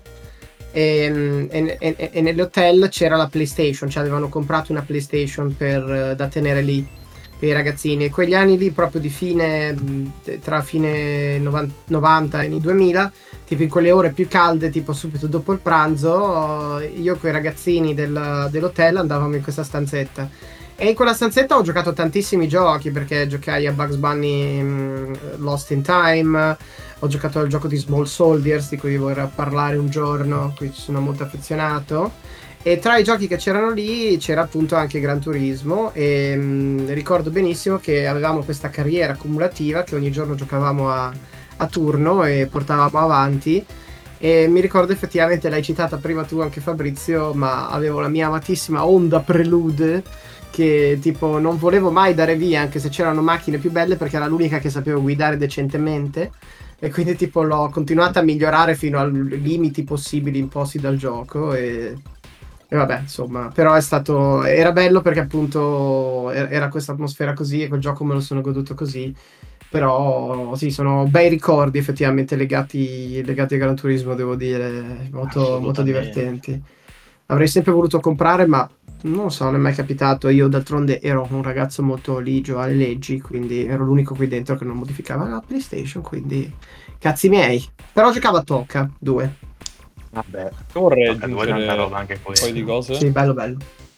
e nell'hotel c'era la PlayStation, cioè avevano comprato una PlayStation da tenere lì per i ragazzini. E quegli anni lì, proprio di tra fine 90 e anni 2000, tipo in quelle ore più calde, tipo subito dopo il pranzo, io con i ragazzini dell'hotel andavamo in questa stanzetta. E in quella stanzetta ho giocato tantissimi giochi, perché giocai a Bugs Bunny Lost in Time, ho giocato al gioco di Small Soldiers, di cui vi vorrei parlare un giorno, qui ci sono molto affezionato. E tra i giochi che c'erano lì c'era appunto anche Gran Turismo, e ricordo benissimo che avevamo questa carriera cumulativa che ogni giorno giocavamo a turno e portavamo avanti. E mi ricordo effettivamente, l'hai citata prima tu anche Fabrizio, ma avevo la mia amatissima Honda Prelude, che tipo non volevo mai dare via, anche se c'erano macchine più belle, perché era l'unica che sapevo guidare decentemente, e quindi tipo l'ho continuata a migliorare fino ai limiti possibili imposti dal gioco. E vabbè, insomma, però era bello, perché appunto era questa atmosfera così, e quel gioco me lo sono goduto così. Però sì, sono bei ricordi effettivamente legati a Gran Turismo, devo dire, molto divertenti. Avrei sempre voluto comprare, ma non so, non è mai capitato. Io d'altronde ero un ragazzo molto ligio alle leggi, quindi ero l'unico qui dentro che non modificava la PlayStation, quindi cazzi miei. Però giocavo a Tocca 2. Vabbè, Vorrei Tocca 2 aggiungere tanta roba anche un questo. paio di cose. Sì, bello.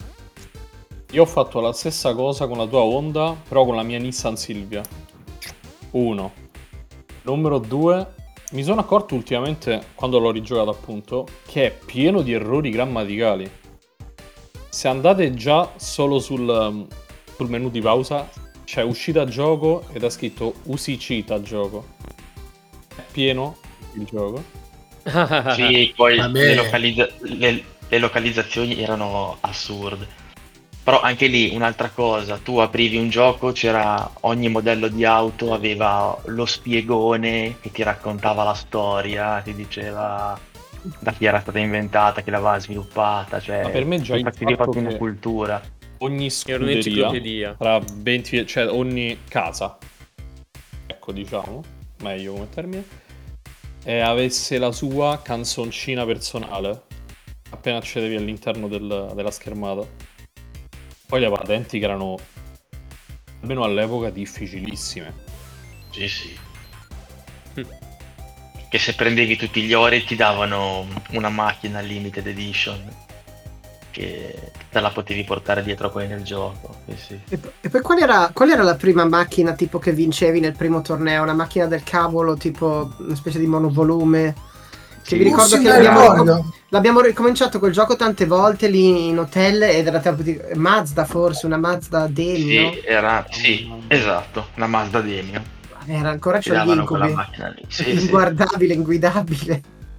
Io ho fatto la stessa cosa con la tua Honda, però con la mia Nissan Silvia. 1. Numero 2, mi sono accorto ultimamente, quando l'ho rigiocato appunto, che è pieno di errori grammaticali. Se andate già solo sul menu di pausa, c'è uscita gioco ed è scritto uscita gioco. È pieno il gioco. Sì, poi Vabbè. le localizzazioni erano assurde. Però anche lì un'altra cosa, tu aprivi un gioco, c'era ogni modello di auto aveva lo spiegone che ti raccontava la storia, ti diceva da chi era stata inventata, chi l'aveva sviluppata, Ma per me già ti il facevi fatto proprio una che cultura. ogni Era un'enciclopedia. scuderia tra 20, cioè ogni casa, ecco, diciamo, meglio come termine, avesse la sua canzoncina personale appena accedevi all'interno della schermata. Poi le patenti che erano, almeno all'epoca, difficilissime. Sì, sì. Che se prendevi tutti gli ori ti davano una macchina limited edition che te la potevi portare dietro poi nel gioco. Sì, sì. E poi qual era la prima macchina tipo che vincevi nel primo torneo? Una macchina del cavolo, tipo una specie di monovolume? Che mi ricordo che l'abbiamo ricominciato quel gioco tante volte lì in hotel ed era tipo di Mazda, forse una Mazda Demio. Sì, esatto, una Mazda Demio. Era ancora Ti c'ho gli davano quella incubi. macchina lì. Sì, sì. Inguardabile, inguidabile.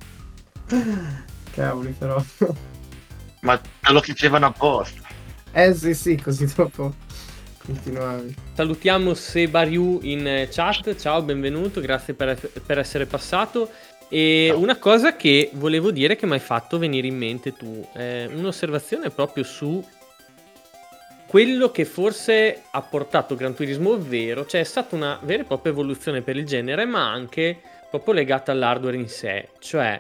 Cavoli però. Ma te lo facevano apposta. Sì, così dopo continuavi. Salutiamo Sebariu in chat, ciao, benvenuto, grazie per essere passato. E una cosa che volevo dire che mi hai fatto venire in mente tu, un'osservazione proprio su quello che forse ha portato Gran Turismo, ovvero c'è stata una vera e propria evoluzione per il genere, ma anche proprio legata all'hardware in sé. Cioè,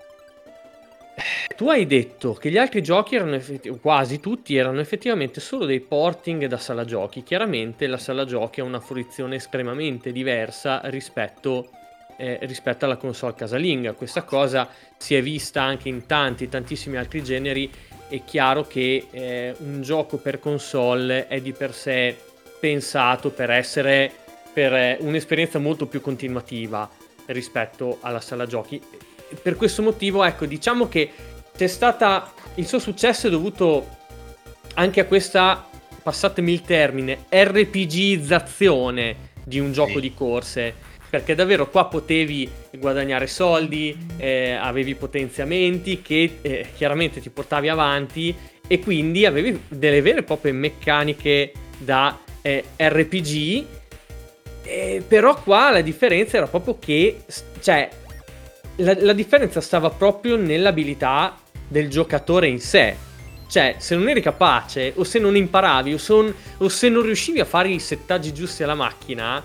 tu hai detto che gli altri giochi erano quasi tutti erano effettivamente solo dei porting da sala giochi. Chiaramente la sala giochi ha una fruizione estremamente diversa rispetto alla console casalinga. Questa cosa si è vista anche in tantissimi altri generi. È chiaro che un gioco per console è di per sé pensato per essere un'esperienza molto più continuativa rispetto alla sala giochi. Per questo motivo, ecco, diciamo che c'è stata, il suo successo è dovuto anche a questa, passatemi il termine, RPGizzazione di un gioco di corse. Perché davvero qua potevi guadagnare soldi, avevi potenziamenti che chiaramente ti portavi avanti e quindi avevi delle vere e proprie meccaniche da RPG, però qua la differenza era proprio che, cioè, la differenza stava proprio nell'abilità del giocatore in sé. Cioè, se non eri capace, o se non imparavi, o se non riuscivi a fare i settaggi giusti alla macchina,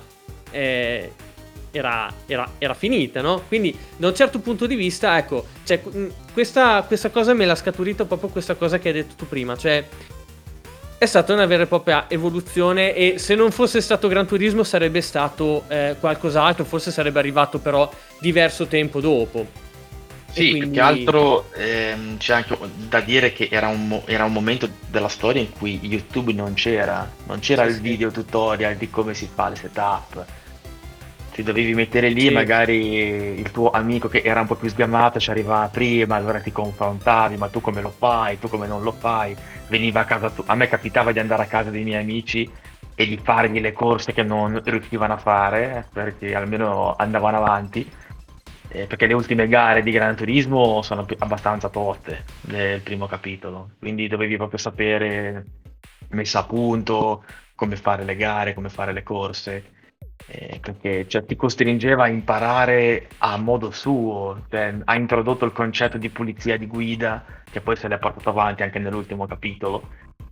era finita, no? Quindi da un certo punto di vista, ecco, cioè, questa cosa me l'ha scaturito proprio questa cosa che hai detto tu prima, cioè è stata una vera e propria evoluzione e se non fosse stato Gran Turismo sarebbe stato qualcos'altro, forse sarebbe arrivato però diverso tempo dopo. Sì, quindi... più che altro c'è anche da dire che era un momento della storia in cui YouTube non c'era il video tutorial di come si fa il setup. Ti dovevi mettere lì, magari il tuo amico che era un po' più sgamato ci arrivava prima, allora ti confrontavi, ma tu come lo fai, tu come non lo fai, veniva a casa a me capitava di andare a casa dei miei amici e di fargli le corse che non riuscivano a fare, perché almeno andavano avanti, perché le ultime gare di Gran Turismo sono abbastanza toste nel primo capitolo, quindi dovevi proprio sapere messa a punto, come fare le gare, come fare le corse. Perché ti costringeva a imparare a modo suo, cioè, ha introdotto il concetto di pulizia di guida che poi se l'è portato avanti anche nell'ultimo capitolo,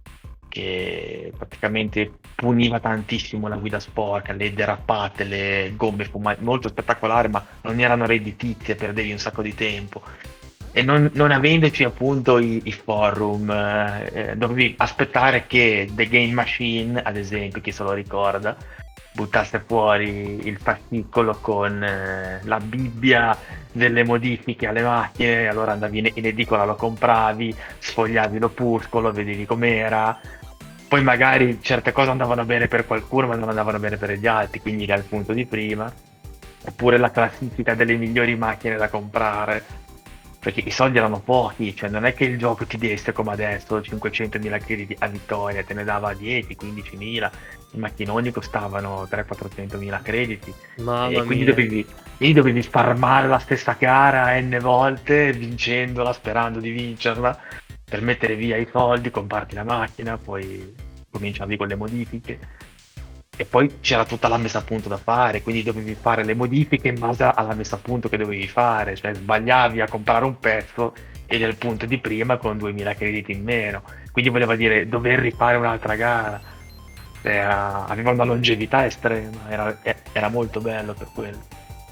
che praticamente puniva tantissimo la guida sporca, le derappate, le gomme fumate, molto spettacolare, ma non erano redditizie, perdevi un sacco di tempo. E non avendoci appunto i forum, dovevi aspettare che The Game Machine, ad esempio, chi se lo ricorda, buttasse fuori il fascicolo con la Bibbia delle modifiche alle macchine, allora andavi in edicola, lo compravi, sfogliavi l'opuscolo, vedevi com'era, poi magari certe cose andavano bene per qualcuno ma non andavano bene per gli altri, quindi era il punto di prima, oppure la classifica delle migliori macchine da comprare, perché i soldi erano pochi, cioè non è che il gioco ti desse come adesso 500.000 crediti a vittoria, te ne dava 10, 15.000, i macchinoni costavano 300.000-400.000 crediti. Mamma e quindi mia. dovevi farmare la stessa gara n volte, vincendola, sperando di vincerla, per mettere via i soldi, comparti la macchina, poi cominciavi con le modifiche e poi c'era tutta la messa a punto da fare, quindi dovevi fare le modifiche in base alla messa a punto che dovevi fare, cioè sbagliavi a comprare un pezzo e del punto di prima con 2000 crediti in meno, quindi voleva dire dover rifare un'altra gara. Aveva una longevità estrema, era molto bello per quello.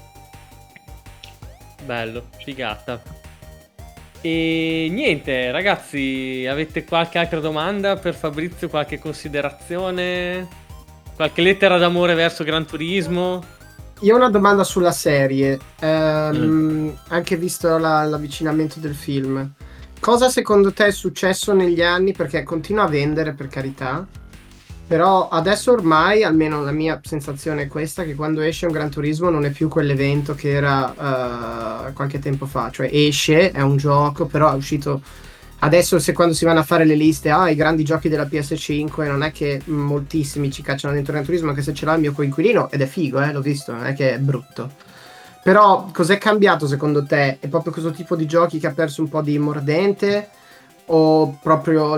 Bello, figata. E niente, ragazzi, avete qualche altra domanda per Fabrizio? Qualche considerazione? Qualche lettera d'amore verso Gran Turismo? Io ho una domanda sulla serie, anche visto l'avvicinamento del film. Cosa secondo te è successo negli anni? Perché continua a vendere, per carità, però adesso ormai, almeno la mia sensazione è questa, che quando esce un Gran Turismo non è più quell'evento che era qualche tempo fa. Cioè esce, è un gioco, però è uscito... Adesso quando si vanno a fare le liste, i grandi giochi della PS5, non è che moltissimi ci cacciano dentro Gran Turismo, anche se ce l'ha il mio coinquilino, ed è figo, l'ho visto, non è che è brutto. Però cos'è cambiato secondo te? È proprio questo tipo di giochi che ha perso un po' di mordente? O proprio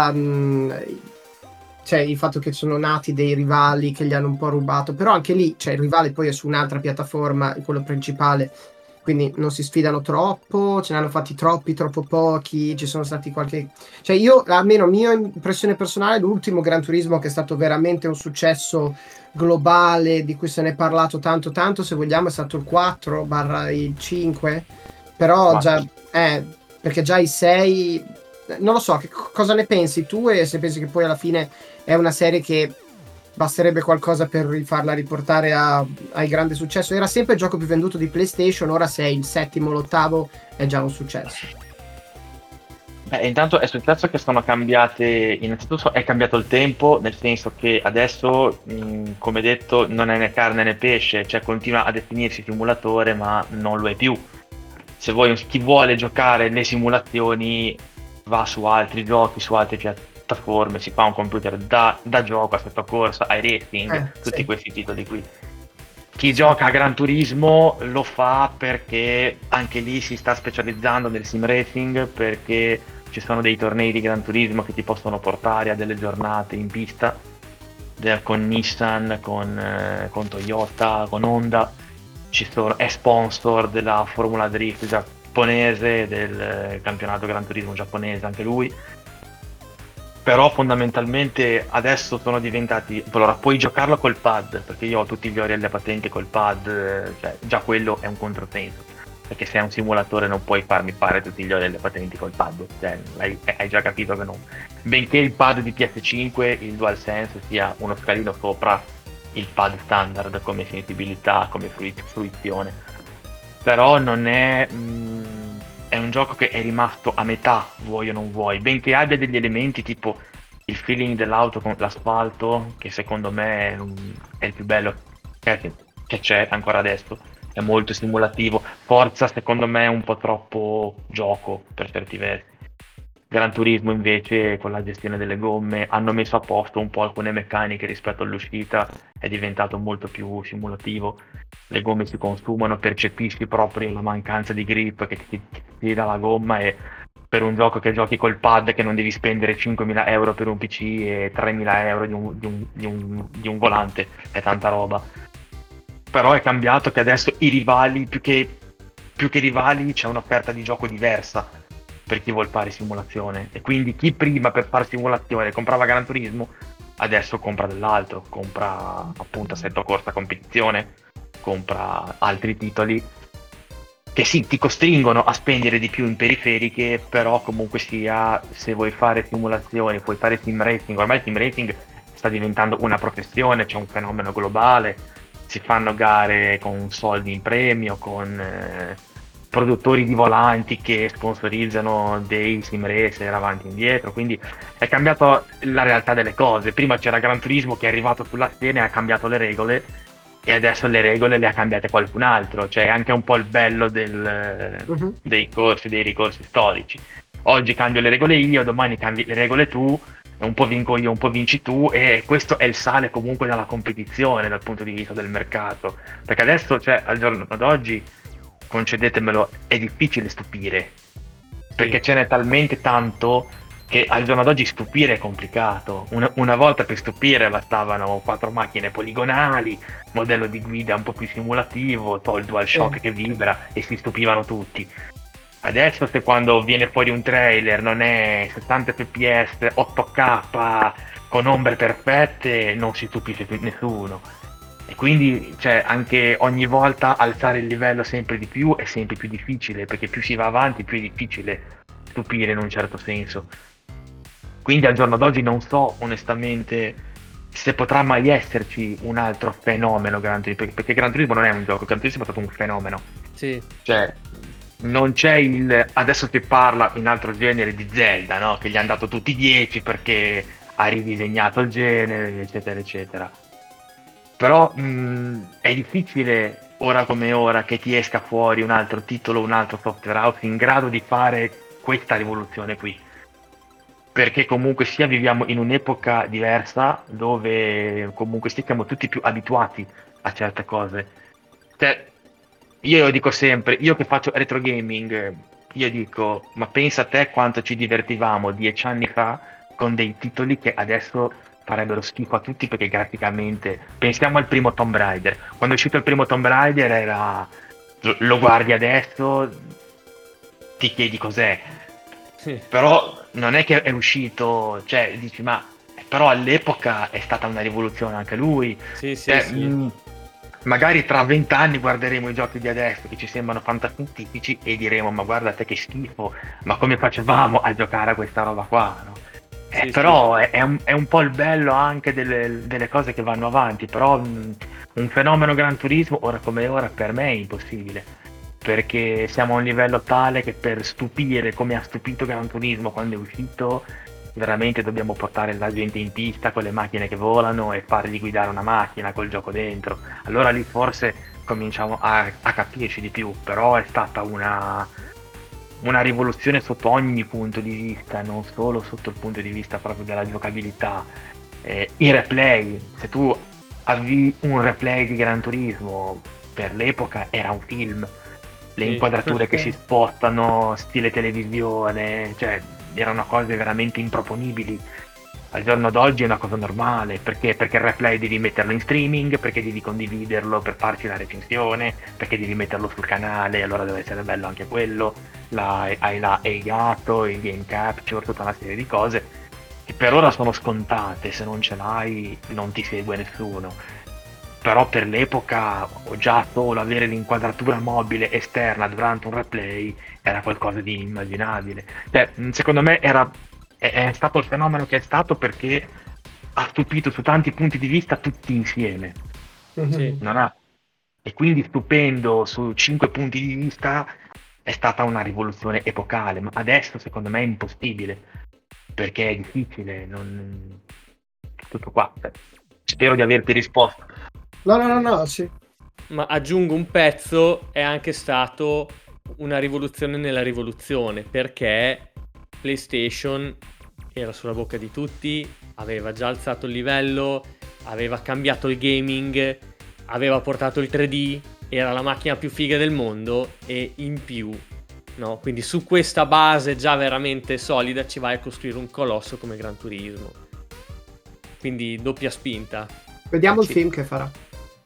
cioè il fatto che sono nati dei rivali che gli hanno un po' rubato? Però anche lì, cioè il rivale poi è su un'altra piattaforma, quello principale, quindi non si sfidano troppo, ce ne hanno fatti troppo pochi, ci sono stati qualche... Cioè io, almeno mia impressione personale, l'ultimo Gran Turismo che è stato veramente un successo globale, di cui se ne è parlato tanto, se vogliamo, è stato il 4/il 5, però già... perché già i 6... Non lo so, cosa ne pensi tu e se pensi che poi alla fine è una serie che basterebbe qualcosa per farla riportare ai grande successo? Era sempre il gioco più venduto di PlayStation, ora se è il 7º, l'8º è già un successo. Intanto è successo che sono cambiate, innanzitutto è cambiato il tempo, nel senso che adesso, come detto, non è né carne né pesce, cioè continua a definirsi simulatore ma non lo è più. Se vuoi, chi vuole giocare le simulazioni va su altri giochi, su altre piattaforme, si fa un computer da gioco, assetto corsa, iRacing, tutti questi titoli qui. Chi gioca a Gran Turismo lo fa perché anche lì si sta specializzando nel sim racing, perché ci sono dei tornei di Gran Turismo che ti possono portare a delle giornate in pista con Nissan, con Toyota, con Honda. È sponsor della Formula Drift giapponese, del campionato Gran Turismo giapponese anche lui. Però fondamentalmente adesso sono diventati... Allora, puoi giocarlo col pad, perché io ho tutti gli ori alle patenti col pad, cioè già quello è un controsenso, perché se è un simulatore non puoi farmi fare tutti gli ori alle patenti col pad, cioè, hai già capito che non. Benché il pad di PS5, il DualSense, sia uno scalino sopra il pad standard come sensibilità, come fruizione, però non è... È un gioco che è rimasto a metà, vuoi o non vuoi, benché abbia degli elementi tipo il feeling dell'auto con l'asfalto, che secondo me è il più bello che c'è ancora adesso, è molto simulativo. Forza secondo me è un po' troppo gioco per certi versi. Gran Turismo invece, con la gestione delle gomme, hanno messo a posto un po' alcune meccaniche rispetto all'uscita, è diventato molto più simulativo. Le gomme si consumano, percepisci proprio la mancanza di grip che ti dà la gomma, e per un gioco che giochi col pad, che non devi spendere 5.000 euro per un PC e 3.000 euro di un volante, è tanta roba. Però è cambiato che adesso i rivali, più che rivali, c'è un'offerta di gioco diversa per chi vuol fare simulazione, e quindi chi prima per fare simulazione comprava Gran Turismo adesso compra dell'altro, compra appunto Assetto Corsa Competizione, compra altri titoli che sì, ti costringono a spendere di più in periferiche, però comunque sia, se vuoi fare simulazioni, puoi fare sim racing. Ormai il sim racing sta diventando una professione, c'è un fenomeno globale, si fanno gare con soldi in premio, con produttori di volanti che sponsorizzano dei sim racer avanti e indietro, quindi è cambiato la realtà delle cose. Prima c'era Gran Turismo che è arrivato sulla scena e ha cambiato le regole, e adesso le regole le ha cambiate qualcun altro, cioè è anche un po' il bello dei ricorsi storici. Oggi cambio le regole io, domani cambi le regole tu, un po' vinco io, un po' vinci tu, e questo è il sale comunque della competizione dal punto di vista del mercato, perché adesso, cioè al giorno d'oggi, concedetemelo, è difficile stupire. perché ce n'è talmente tanto che al giorno d'oggi stupire è complicato. Una volta per stupire bastavano 4 macchine poligonali, modello di guida un po' più simulativo, poi il DualShock che vibra e si stupivano tutti. Adesso se quando viene fuori un trailer non è 60 fps, 8K, con ombre perfette, non si stupisce più nessuno. E quindi anche ogni volta alzare il livello sempre di più è sempre più difficile, perché più si va avanti più è difficile stupire in un certo senso. Quindi al giorno d'oggi non so onestamente se potrà mai esserci un altro fenomeno Gran Turismo, perché Gran Turismo non è un gioco, Gran Turismo è stato un fenomeno. Sì. Non c'è adesso si parla in altro genere di Zelda, no? Che gli hanno dato tutti 10 perché ha ridisegnato il genere, eccetera, eccetera. Però è difficile ora come ora che ti esca fuori un altro titolo, un altro software house in grado di fare questa rivoluzione qui. Perché comunque sia viviamo in un'epoca diversa dove comunque siamo tutti più abituati a certe cose. Io dico sempre, io che faccio retro gaming, io dico, ma pensa a te quanto ci divertivamo 10 anni fa con dei titoli che adesso farebbero schifo a tutti perché graficamente, pensiamo al primo Tomb Raider, quando è uscito il primo Tomb Raider era, lo guardi adesso, ti chiedi cos'è, però non è che è uscito, dici ma però all'epoca è stata una rivoluzione anche lui. Sì. Magari tra 20 anni guarderemo i giochi di adesso che ci sembrano fantascientifici e diremo ma guarda te che schifo, ma come facevamo a giocare a questa roba qua, no? Però sì. È un po' il bello anche delle cose che vanno avanti, però un fenomeno Gran Turismo ora come ora per me è impossibile, perché siamo a un livello tale che per stupire come ha stupito Gran Turismo quando è uscito veramente dobbiamo portare la gente in pista con le macchine che volano e fargli guidare una macchina col gioco dentro. Allora lì forse cominciamo a capirci di più, però è stata una rivoluzione sotto ogni punto di vista, non solo sotto il punto di vista proprio della giocabilità. I replay, se tu avvi un replay di Gran Turismo per l'epoca era un film, le inquadrature che si spostano stile televisione, erano cose veramente improponibili. Al giorno d'oggi è una cosa normale, perché il replay devi metterlo in streaming, perché devi condividerlo per farci la recensione, perché devi metterlo sul canale, allora deve essere bello anche quello, hai la EIATO, il game capture, tutta una serie di cose che per ora sono scontate, se non ce l'hai non ti segue nessuno. Però per l'epoca già solo avere l'inquadratura mobile esterna durante un replay era qualcosa di inimmaginabile. Secondo me è stato il fenomeno che è stato perché ha stupito su tanti punti di vista tutti insieme. Sì. E quindi stupendo su 5 punti di vista è stata una rivoluzione epocale, ma adesso secondo me è impossibile perché è difficile, tutto qua. Spero di averti risposto. No, sì. Ma aggiungo un pezzo, è anche stato una rivoluzione nella rivoluzione, perché PlayStation era sulla bocca di tutti, aveva già alzato il livello, aveva cambiato il gaming, aveva portato il 3D, era la macchina più figa del mondo e in più, no? Quindi su questa base già veramente solida ci vai a costruire un colosso come Gran Turismo. Quindi doppia spinta. Vediamo il film che farà.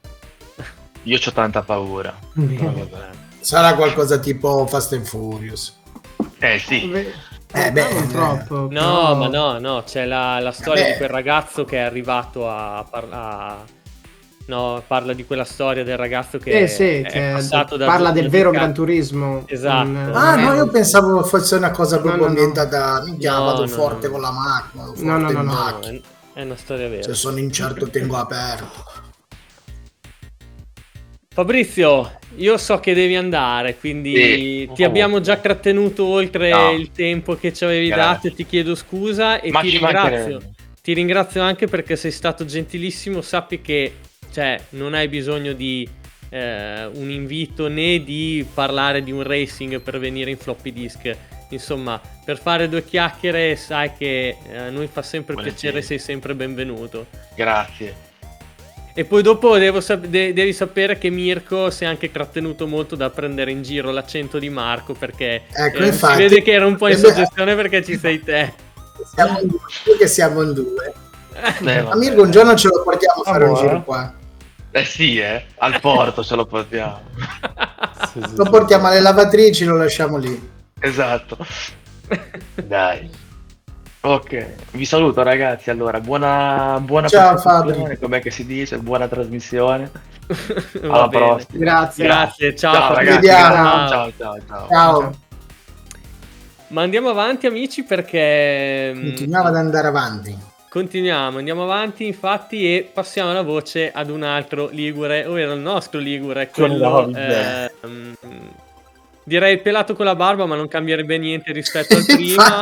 Io c'ho tanta paura. Sarà qualcosa tipo Fast and Furious. Sì. Non troppo. No, però... ma no, c'è la storia di quel ragazzo che è arrivato parla di quella storia del ragazzo che è passato da parla del vero Gran Turismo. Esatto. No, io pensavo fosse una cosa proprio ambientata. Vado forte con la macchina. No, è una storia vera. Se sono incerto tengo aperto. Fabrizio, io so che devi andare, quindi ti abbiamo già trattenuto oltre il tempo che ci avevi dato e ti chiedo scusa e ti ringrazio anche perché sei stato gentilissimo. Sappi che non hai bisogno di un invito né di parlare di un racing per venire in floppy disk. Insomma, per fare 2 chiacchiere sai che a noi fa sempre piacere, sei sempre benvenuto. Grazie. E poi dopo devi sapere che Mirko si è anche trattenuto molto da prendere in giro l'accento di Marco, perché infatti, si vede che era un po' in suggestione perché ci sei te. Siamo in due. A Mirko un giorno ce lo portiamo a fare un giro qua. Sì, al porto ce lo portiamo. Lo portiamo alle lavatrici, lo lasciamo lì. Esatto. Dai. Ok, vi saluto ragazzi, allora buona ciao Fabri, com'è che si dice, buona trasmissione. Alla prossima. Grazie, ciao ragazzi, ciao. Ma andiamo avanti amici, perché continuiamo ad andare avanti. Andiamo avanti infatti, e passiamo la voce ad un altro ligure, ovvero il nostro ligure, quello direi pelato con la barba, ma non cambierebbe niente rispetto al prima.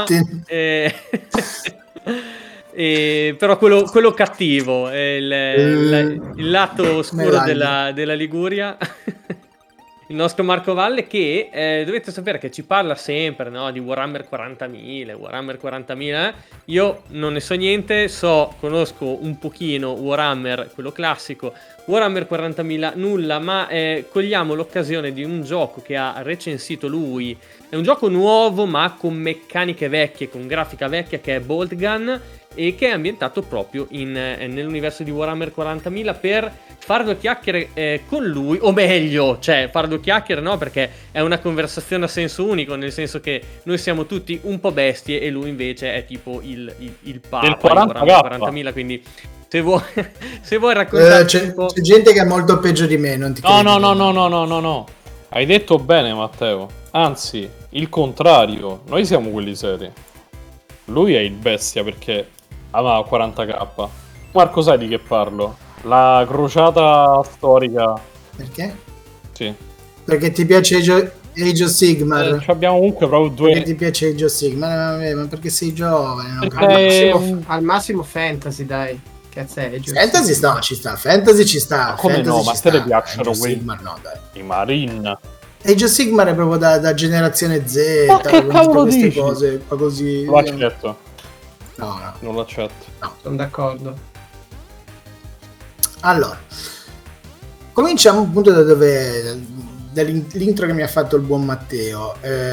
Però quello cattivo, il lato oscuro della Liguria. Il nostro Marco Valle, che dovete sapere che ci parla sempre, no, di Warhammer 40.000. Io non ne so niente, conosco un pochino Warhammer, quello classico, Warhammer 40.000 nulla, ma cogliamo l'occasione di un gioco che ha recensito lui. È un gioco nuovo ma con meccaniche vecchie, con grafica vecchia, che è Boltgun, e che è ambientato proprio nell'universo di Warhammer 40.000 per fare due chiacchiere con lui, o meglio, cioè fare due chiacchiere no, perché è una conversazione a senso unico, nel senso che noi siamo tutti un po' bestie e lui invece è tipo il papa del 40.000, quindi se vuoi raccontare c'è gente che è molto peggio di me, non ti credo. No. Hai detto bene Matteo, anzi il contrario, noi siamo quelli seri, lui è il bestia perché aveva 40k. Marco, sai di che parlo? La crociata storica. Perché? Sì. Perché ti piace Age of Sigmar? Abbiamo comunque proprio due. Perché ti piace Age of Sigmar? Ma perché sei giovane? Non al massimo fantasy, dai. Cazzo è fantasy? No, ci sta. Fantasy ci sta. Ma come fantasy no? Ma te le piacciono quei Sigmar, no, dai. I Marine. Age of Sigmar è proprio da generazione Z. Ma che cavolo queste dici? cose così. Lo accetto. No. Non lo accetto. No. Sono d'accordo. Allora, cominciamo appunto da dall'intro che mi ha fatto il buon Matteo.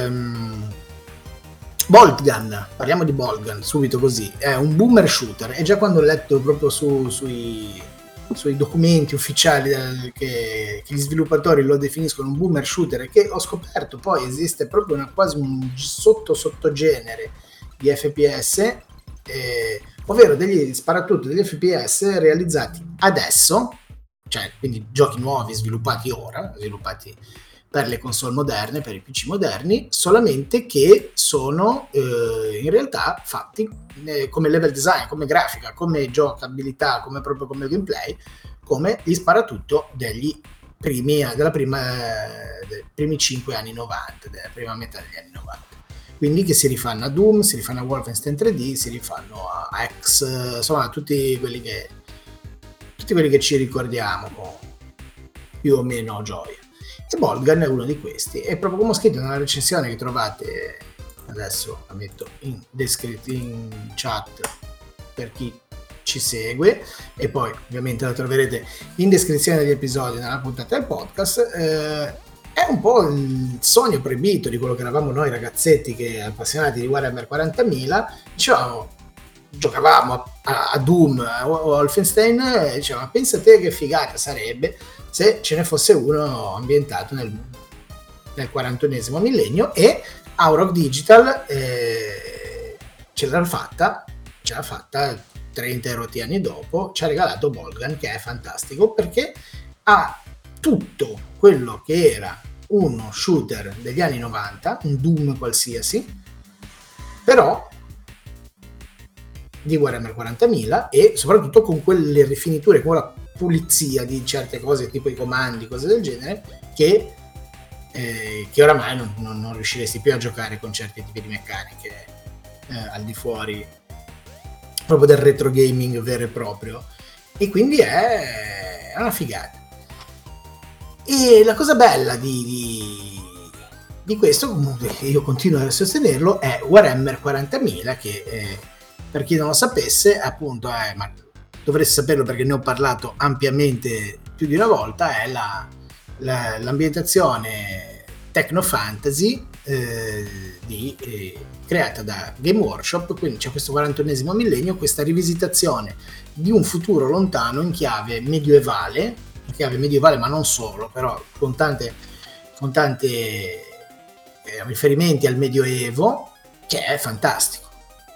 Boltgun, parliamo di Boltgun subito così. È un boomer shooter, e già quando ho letto proprio sui documenti ufficiali che gli sviluppatori lo definiscono un boomer shooter, e che ho scoperto poi esiste proprio quasi un sottogenere di FPS, ovvero degli sparatutto, degli FPS realizzati adesso, cioè quindi giochi nuovi sviluppati ora, sviluppati per le console moderne, per i PC moderni, solamente che sono in realtà fatti come level design, come grafica, come giocabilità, come proprio come gameplay, come gli sparatutto dei primi 5 anni 90, della prima metà degli anni 90. Quindi che si rifanno a Doom, si rifanno a Wolfenstein 3D, si rifanno a X, insomma tutti quelli che ci ricordiamo con più o meno gioia. E Boltgun è uno di questi, e proprio come ho scritto nella recensione che trovate adesso, la metto in chat per chi ci segue, e poi ovviamente la troverete in descrizione degli episodi nella puntata del podcast. È un po' il sogno proibito di quello che eravamo noi ragazzetti che appassionati di Warhammer 40.000, dicevamo, giocavamo a Doom o Wolfenstein, e dicevamo, pensa te che figata sarebbe se ce ne fosse uno ambientato nel 41esimo millennio, e Auroch Digital ce l'ha fatta 30 erotti anni dopo, ci ha regalato Boltgun, che è fantastico perché ha tutto quello che era uno shooter degli anni 90, un Doom qualsiasi, però di Warhammer 40.000, e soprattutto con quelle rifiniture, con la pulizia di certe cose, tipo i comandi, cose del genere, che oramai non riusciresti più a giocare con certi tipi di meccaniche al di fuori proprio del retro gaming vero e proprio, e quindi è una figata. E la cosa bella di questo, comunque io continuo a sostenerlo, è Warhammer 40.000, che per chi non lo sapesse appunto dovreste saperlo perché ne ho parlato ampiamente più di una volta, è l'ambientazione techno fantasy creata da Game Workshop. Quindi c'è questo 41esimo millennio, questa rivisitazione di un futuro lontano in chiave medievale ma non solo, però con tante riferimenti al Medioevo, che è fantastico,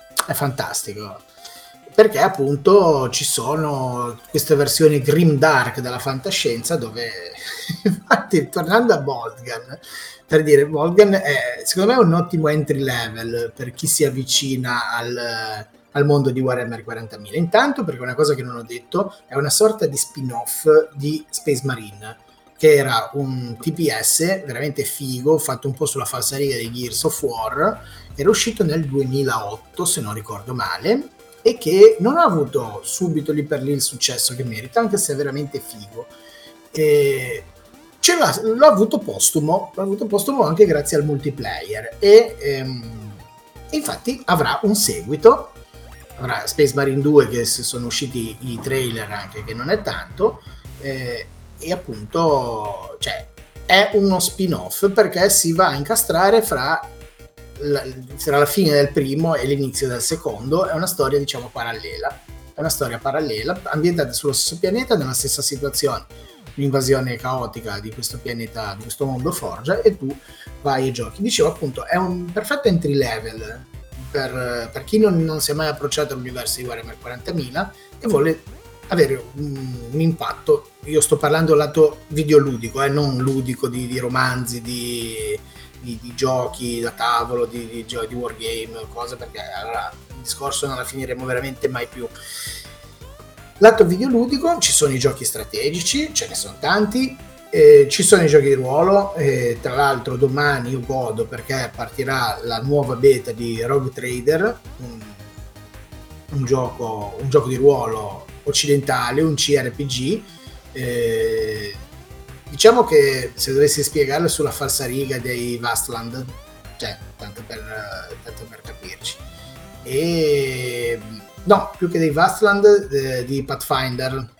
perché appunto ci sono queste versioni grimdark della fantascienza dove infatti, tornando a Boltgun, per dire, Boltgun è secondo me un ottimo entry level per chi si avvicina al mondo di Warhammer 40.000. Intanto, perché una cosa che non ho detto, è una sorta di spin-off di Space Marine, che era un TPS veramente figo, fatto un po' sulla falsariga dei Gears of War, era uscito nel 2008 se non ricordo male, e che non ha avuto subito lì per lì il successo che merita, anche se è veramente figo. L'ha avuto postumo anche grazie al multiplayer, e infatti avrà un seguito, avrà Space Marine 2, che sono usciti i trailer anche, che non è tanto, e appunto è uno spin-off perché si va a incastrare fra la fine del primo e l'inizio del secondo. È una storia parallela, ambientata sullo stesso pianeta, nella stessa situazione, l'invasione caotica di questo pianeta, di questo mondo Forgia, e tu vai e giochi. Dicevo appunto, è un perfetto entry level per chi non si è mai approcciato all'universo di Warhammer 40.000 e vuole avere un impatto. Io sto parlando lato videoludico, non ludico di romanzi, di giochi da tavolo, di wargame, cose, perché allora il discorso non la finiremo veramente mai più. Lato videoludico ci sono i giochi strategici, ce ne sono tanti, ci sono i giochi di ruolo, tra l'altro domani io godo perché partirà la nuova beta di Rogue Trader, un gioco di ruolo occidentale, un CRPG. Diciamo che se dovessi spiegarlo sulla falsariga dei Vastland, tanto per capirci, e no, più che dei Vastland, di Pathfinder,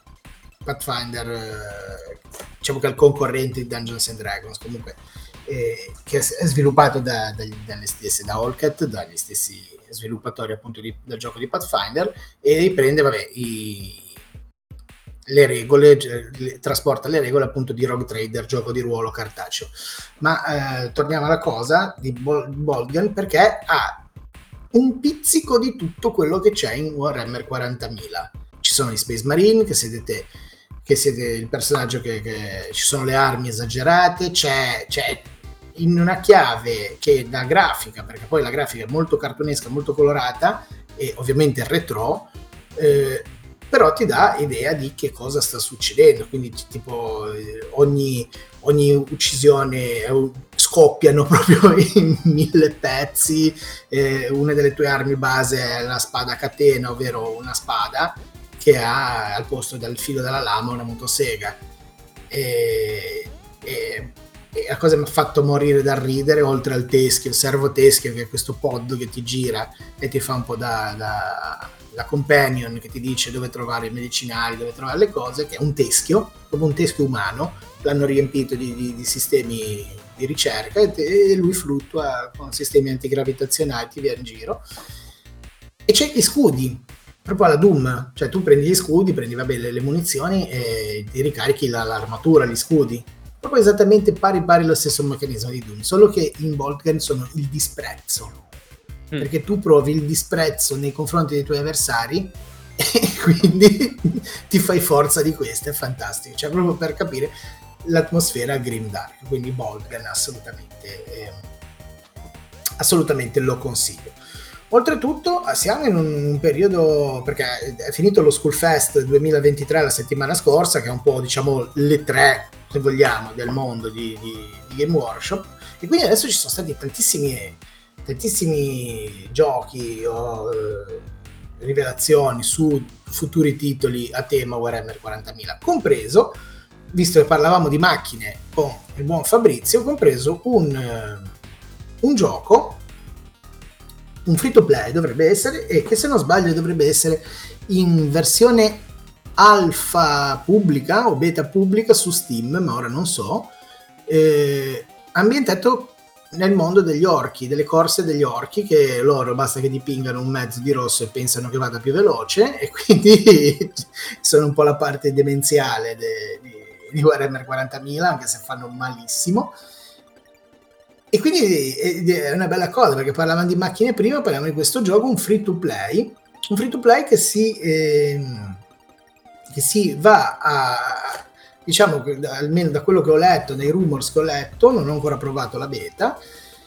diciamo che è il concorrente di Dungeons and Dragons, comunque, che è sviluppato dalle stesse, da Allcat, dagli stessi sviluppatori appunto del gioco di Pathfinder, e riprende le regole, trasporta le regole appunto di Rogue Trader, gioco di ruolo cartaceo. Ma torniamo alla cosa di Boltgun, perché ha un pizzico di tutto quello che c'è in Warhammer 40.000. Ci sono gli Space Marine, che siete il personaggio che ci sono le armi esagerate, c'è in una chiave che da grafica, perché poi la grafica è molto cartonesca, molto colorata e ovviamente retro, però ti dà idea di che cosa sta succedendo. Quindi tipo ogni uccisione scoppiano proprio in 1000 pezzi. Una delle tue armi base è la spada a catena, ovvero una spada che ha al posto del filo della lama una motosega, e la cosa mi ha fatto morire dal ridere, oltre al teschio, il servo teschio, che è questo pod che ti gira e ti fa un po' da companion, che ti dice dove trovare i medicinali, dove trovare le cose, che è un teschio, proprio un teschio umano. L'hanno riempito di sistemi di ricerca e lui fluttua con sistemi antigravitazionali, ti via in giro. E c'è gli scudi, proprio alla Doom, cioè tu prendi gli scudi, prendi le munizioni e ti ricarichi l'armatura, gli scudi, proprio esattamente pari lo stesso meccanismo di Doom, solo che in Boltgun sono il disprezzo, perché tu provi il disprezzo nei confronti dei tuoi avversari e quindi ti fai forza di questo. È fantastico, cioè proprio per capire l'atmosfera grimdark. Quindi Boltgun assolutamente lo consiglio. Oltretutto siamo in un periodo, perché è finito lo Skullfest 2023 la settimana scorsa, che è un po', diciamo, le tre, se vogliamo, del mondo di Game Workshop, e quindi adesso ci sono stati tantissimi giochi o rivelazioni su futuri titoli a tema Warhammer 40.000, compreso, visto che parlavamo di macchine con il buon Fabrizio, compreso un gioco, un free to play dovrebbe essere, e che se non sbaglio dovrebbe essere in versione alfa pubblica o beta pubblica su Steam, ma ora non so, ambientato nel mondo degli orchi, delle corse degli orchi, che loro basta che dipingano un mezzo di rosso e pensano che vada più veloce, e quindi sono un po' la parte demenziale di Warhammer 40.000, anche se fanno malissimo. E quindi è una bella cosa, perché parlavamo di macchine prima, parliamo di questo gioco, un free to play che si va a, diciamo, almeno da quello che ho letto, dai rumors che ho letto, non ho ancora provato la beta,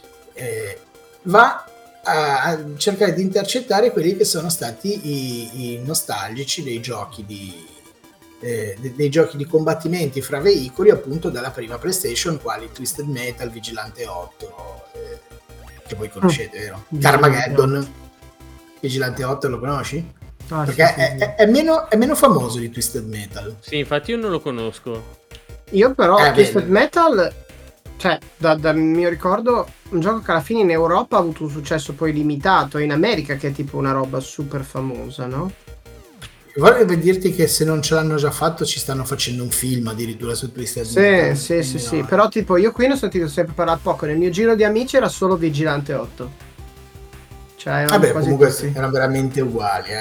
va a cercare di intercettare quelli che sono stati i nostalgici dei giochi dei giochi di combattimenti fra veicoli, appunto dalla prima PlayStation, quali Twisted Metal, Vigilante 8, che voi conoscete, vero? Carmageddon. Vigilante 8 lo conosci? Perché sì. È meno famoso di Twisted Metal. Sì, infatti io non lo conosco. Io però Twisted Metal, cioè dal mio ricordo, un gioco che alla fine in Europa ha avuto un successo poi limitato, e in America che è tipo una roba super famosa, no? Vorrei dirti che se non ce l'hanno già fatto ci stanno facendo un film addirittura su Twisted Metal. Sì, però tipo io qui ne ho sentito sempre parlare poco, nel mio giro di amici era solo Vigilante 8. Cioè, comunque erano veramente uguali,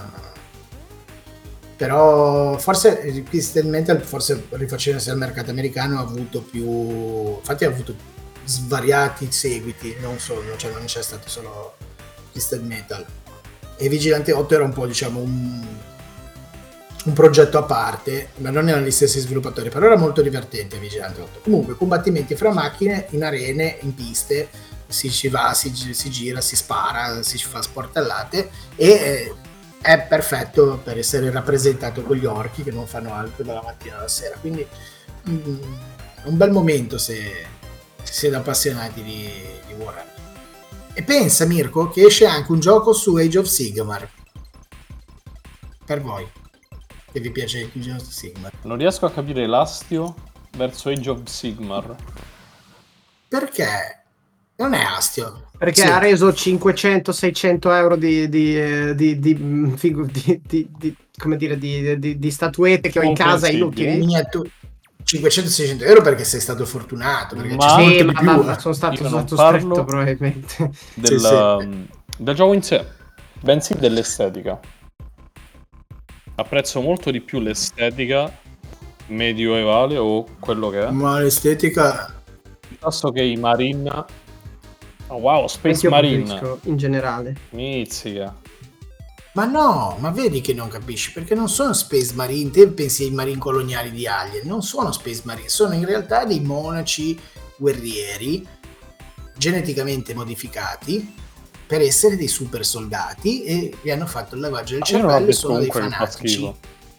Però forse Twisted Metal, forse rifacendosi al mercato americano, ha avuto infatti ha avuto svariati seguiti, non c'è stato solo Twisted Metal. E Vigilante 8 era un po', diciamo, un progetto a parte, ma non erano gli stessi sviluppatori, però era molto divertente Vigilante 8. Comunque combattimenti fra macchine, in arene, in piste, si va, si gira, si spara, si fa sportellate, e è perfetto per essere rappresentato con gli orchi che non fanno altro dalla mattina alla sera, quindi un bel momento se siete appassionati di Warhammer. E pensa, Mirko, che esce anche un gioco su Age of Sigmar per voi che vi piace Age of Sigmar. Non riesco a capire l'astio verso Age of Sigmar. Perché non è astio, perché ha reso 500-600 euro come dire, di statuette che ho in casa inutili. 500-600 euro perché sei stato fortunato, perché sono stato stretto probabilmente del gioco in sé, bensì dell'estetica. Apprezzo molto di più l'estetica medioevale o quello che è, ma l'estetica piuttosto che i Marine. Oh, wow, Space Marine in generale mizzica. Ma no, ma vedi che non capisci, perché non sono Space Marine. Te pensi ai Marine coloniali di Alien, non sono Space Marine, sono in realtà dei monaci guerrieri geneticamente modificati per essere dei super soldati, e vi hanno fatto il lavaggio del cervello e sono dei fanatici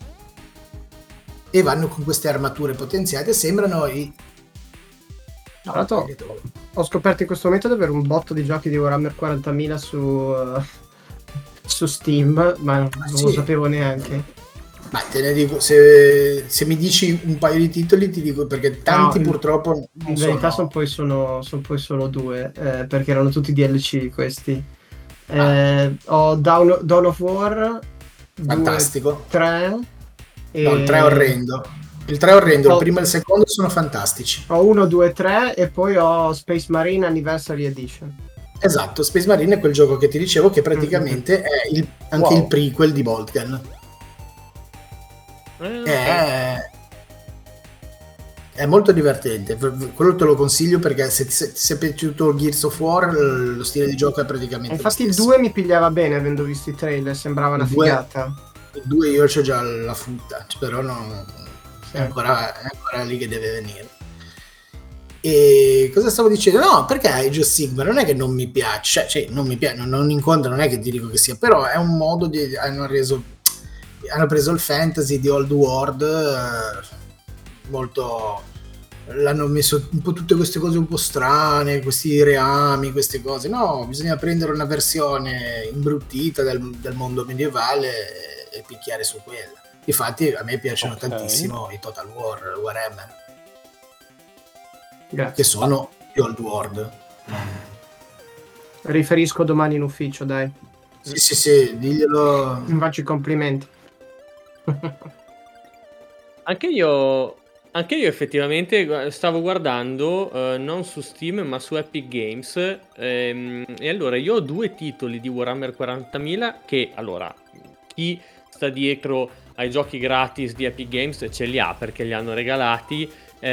e vanno con queste armature potenziate, sembrano Tra l'altro, ho scoperto in questo momento di avere un botto di giochi di Warhammer 40.000 su Steam, ma non lo sapevo neanche. Ma te ne dico, se mi dici un paio di titoli ti dico, perché tanti purtroppo non in verità sono poi solo 2, perché erano tutti DLC questi. Ho Dawn of War, fantastico, 3 e... no, il 3 è orrendo. Il 3 è orrendo, il primo e il secondo sono fantastici. Ho 1, 2, 3 e poi ho Space Marine Anniversary Edition. Esatto, Space Marine è quel gioco che ti dicevo che praticamente è anche il prequel di Boltgun. È molto divertente, quello te lo consiglio, perché se ti è piaciuto Gears of War, lo stile di gioco è praticamente infatti lo stesso. Il 2 mi pigliava bene avendo visto i trailer, sembrava una figata. Il 2 io c'ho già la frutta, però è ancora lì che deve venire. E cosa stavo dicendo? No, perché Age of Sigmar non è che non mi piace, cioè non mi piace, non incontro, non è che ti dico che sia, però è un modo di hanno preso il fantasy di Old World, molto, l'hanno messo un po' tutte queste cose un po' strane, questi reami, queste cose. No, bisogna prendere una versione imbruttita del mondo medievale e picchiare su quella. Infatti a me piacciono tantissimo i Total War, Warhammer. Grazie. Che sono di Old World. Riferisco domani in ufficio, dai. Sì, diglielo. Mi faccio i complimenti. Anche io effettivamente stavo guardando, non su Steam ma su Epic Games, e allora io ho 2 titoli di Warhammer 40.000 che, allora, chi sta dietro ai giochi gratis di Epic Games ce li ha perché li hanno regalati,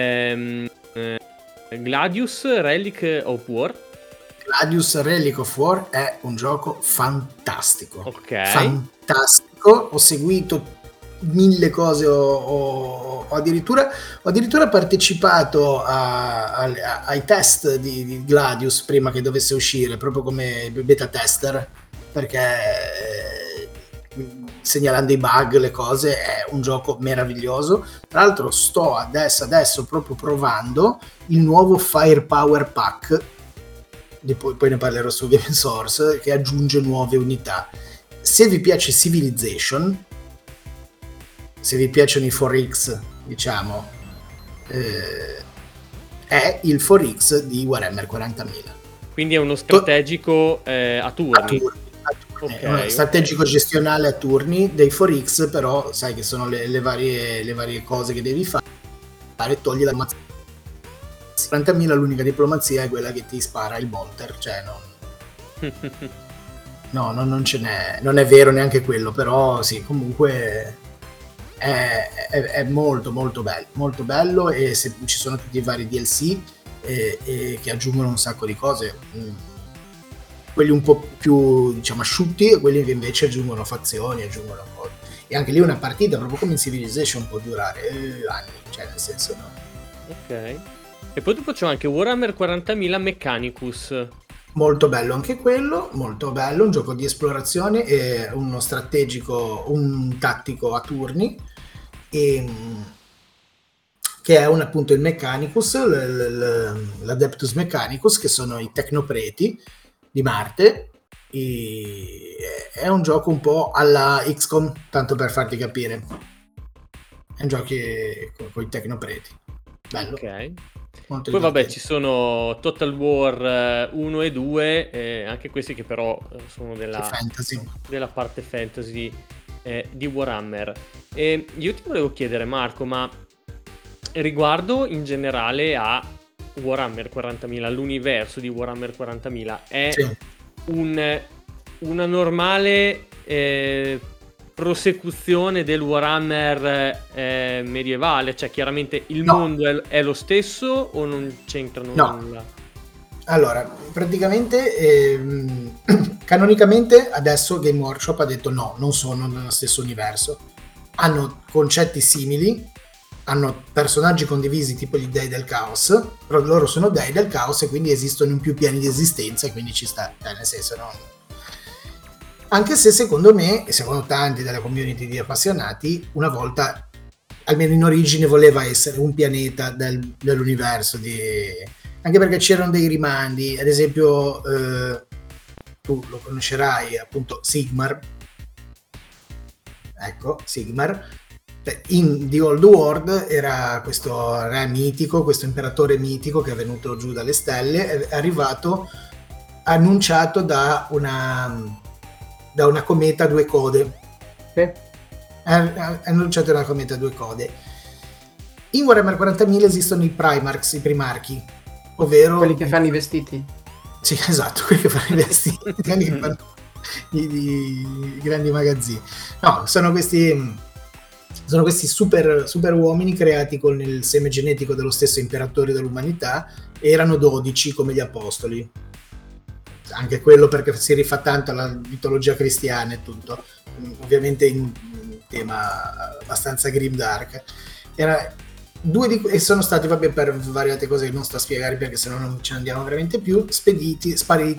Gladius Relic of War. Gladius Relic of War è un gioco fantastico. Ok. Fantastico. Ho seguito 1000 cose, ho addirittura partecipato ai test di Gladius prima che dovesse uscire, proprio come beta tester, perché segnalando i bug, le cose, è un gioco meraviglioso. Tra l'altro sto adesso proprio provando il nuovo Firepower Pack, poi ne parlerò su Game Source, che aggiunge nuove unità. Se vi piace Civilization, se vi piacciono i 4X, diciamo, è il 4X di Warhammer 40.000. Quindi è uno strategico a turni. Okay, è uno strategico gestionale a turni dei 4X, però sai che sono le varie cose che devi fare. Togli la 40.000, l'unica diplomazia è quella che ti spara il bolter, cioè non ce n'è, non è vero neanche quello, però sì, comunque è molto molto bello, e se ci sono tutti i vari DLC e che aggiungono un sacco di cose, quelli un po' più, diciamo, asciutti, e quelli che invece aggiungono fazioni, aggiungono cose. E anche lì una partita, proprio come in Civilization, può durare anni, cioè nel senso no. Ok. E poi dopo c'è anche Warhammer 40.000 Mechanicus. Molto bello anche quello, molto bello, un gioco di esplorazione e uno strategico, un tattico a turni, che è appunto il Mechanicus, l'Adeptus Mechanicus, che sono i tecnopreti di Marte. È un gioco un po' alla XCOM, tanto per farti capire. È un gioco con i tecnopreti. Bello. Ok. Molto Poi vabbè, divertente. ci sono Total War 1 e 2, anche questi che però sono della parte fantasy di Warhammer. E io ti volevo chiedere, Marco, ma riguardo in generale a Warhammer 40.000, l'universo di Warhammer 40.000, è una normale prosecuzione del Warhammer medievale? Cioè chiaramente il mondo è lo stesso o non c'entrano nulla? Allora, praticamente canonicamente adesso Game Workshop ha detto no, non sono nello stesso universo. Hanno concetti simili, hanno personaggi condivisi tipo gli dei del caos, però loro sono dei del caos e quindi esistono in più piani di esistenza, e quindi ci sta, nel senso no. Anche se secondo me, e secondo tanti della community di appassionati, una volta, almeno in origine, voleva essere un pianeta dell'universo, anche perché c'erano dei rimandi, ad esempio tu lo conoscerai, appunto Sigmar. Ecco, Sigmar in The Old World era questo re mitico, questo imperatore mitico che è venuto giù dalle stelle, è arrivato annunciato da una cometa a 2 code. È annunciato una cometa a 2 code. In Warhammer 40.000 esistono i Primarchs, i primarchi, ovvero quelli che fanno i vestiti. Sì, esatto, quelli che fanno i vestiti, quelli che fanno i grandi magazzini. No, sono questi super uomini creati con il seme genetico dello stesso imperatore dell'umanità, e erano 12 come gli apostoli. Anche quello perché si rifà tanto alla mitologia cristiana e tutto, ovviamente in tema abbastanza grimdark. E sono stati, vabbè, per variate cose che non sto a spiegare perché sennò non ce ne andiamo veramente più, spariti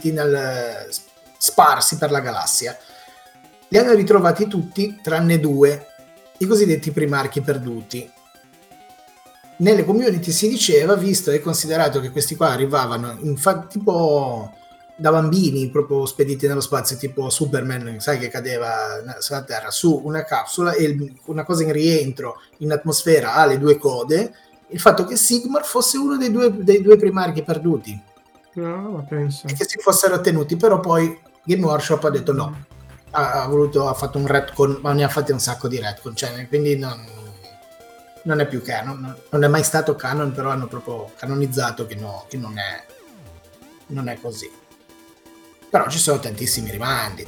sparsi per la galassia. Li hanno ritrovati tutti tranne 2, i cosiddetti primarchi perduti. Nelle community si diceva, visto e considerato che questi qua arrivavano tipo da bambini, proprio spediti nello spazio, tipo Superman, sai, che cadeva sulla Terra su una capsula, e una cosa in rientro in atmosfera ha le 2 code, il fatto che Sigmar fosse uno dei due primarchi perduti, no, penso, e che si fossero ottenuti, però poi Game Workshop ha detto no, ha fatto un retcon, ma ne ha fatti un sacco di retcon, cioè, quindi non è più canon, non è mai stato canon, però hanno proprio canonizzato che non è così. Però ci sono tantissimi rimandi,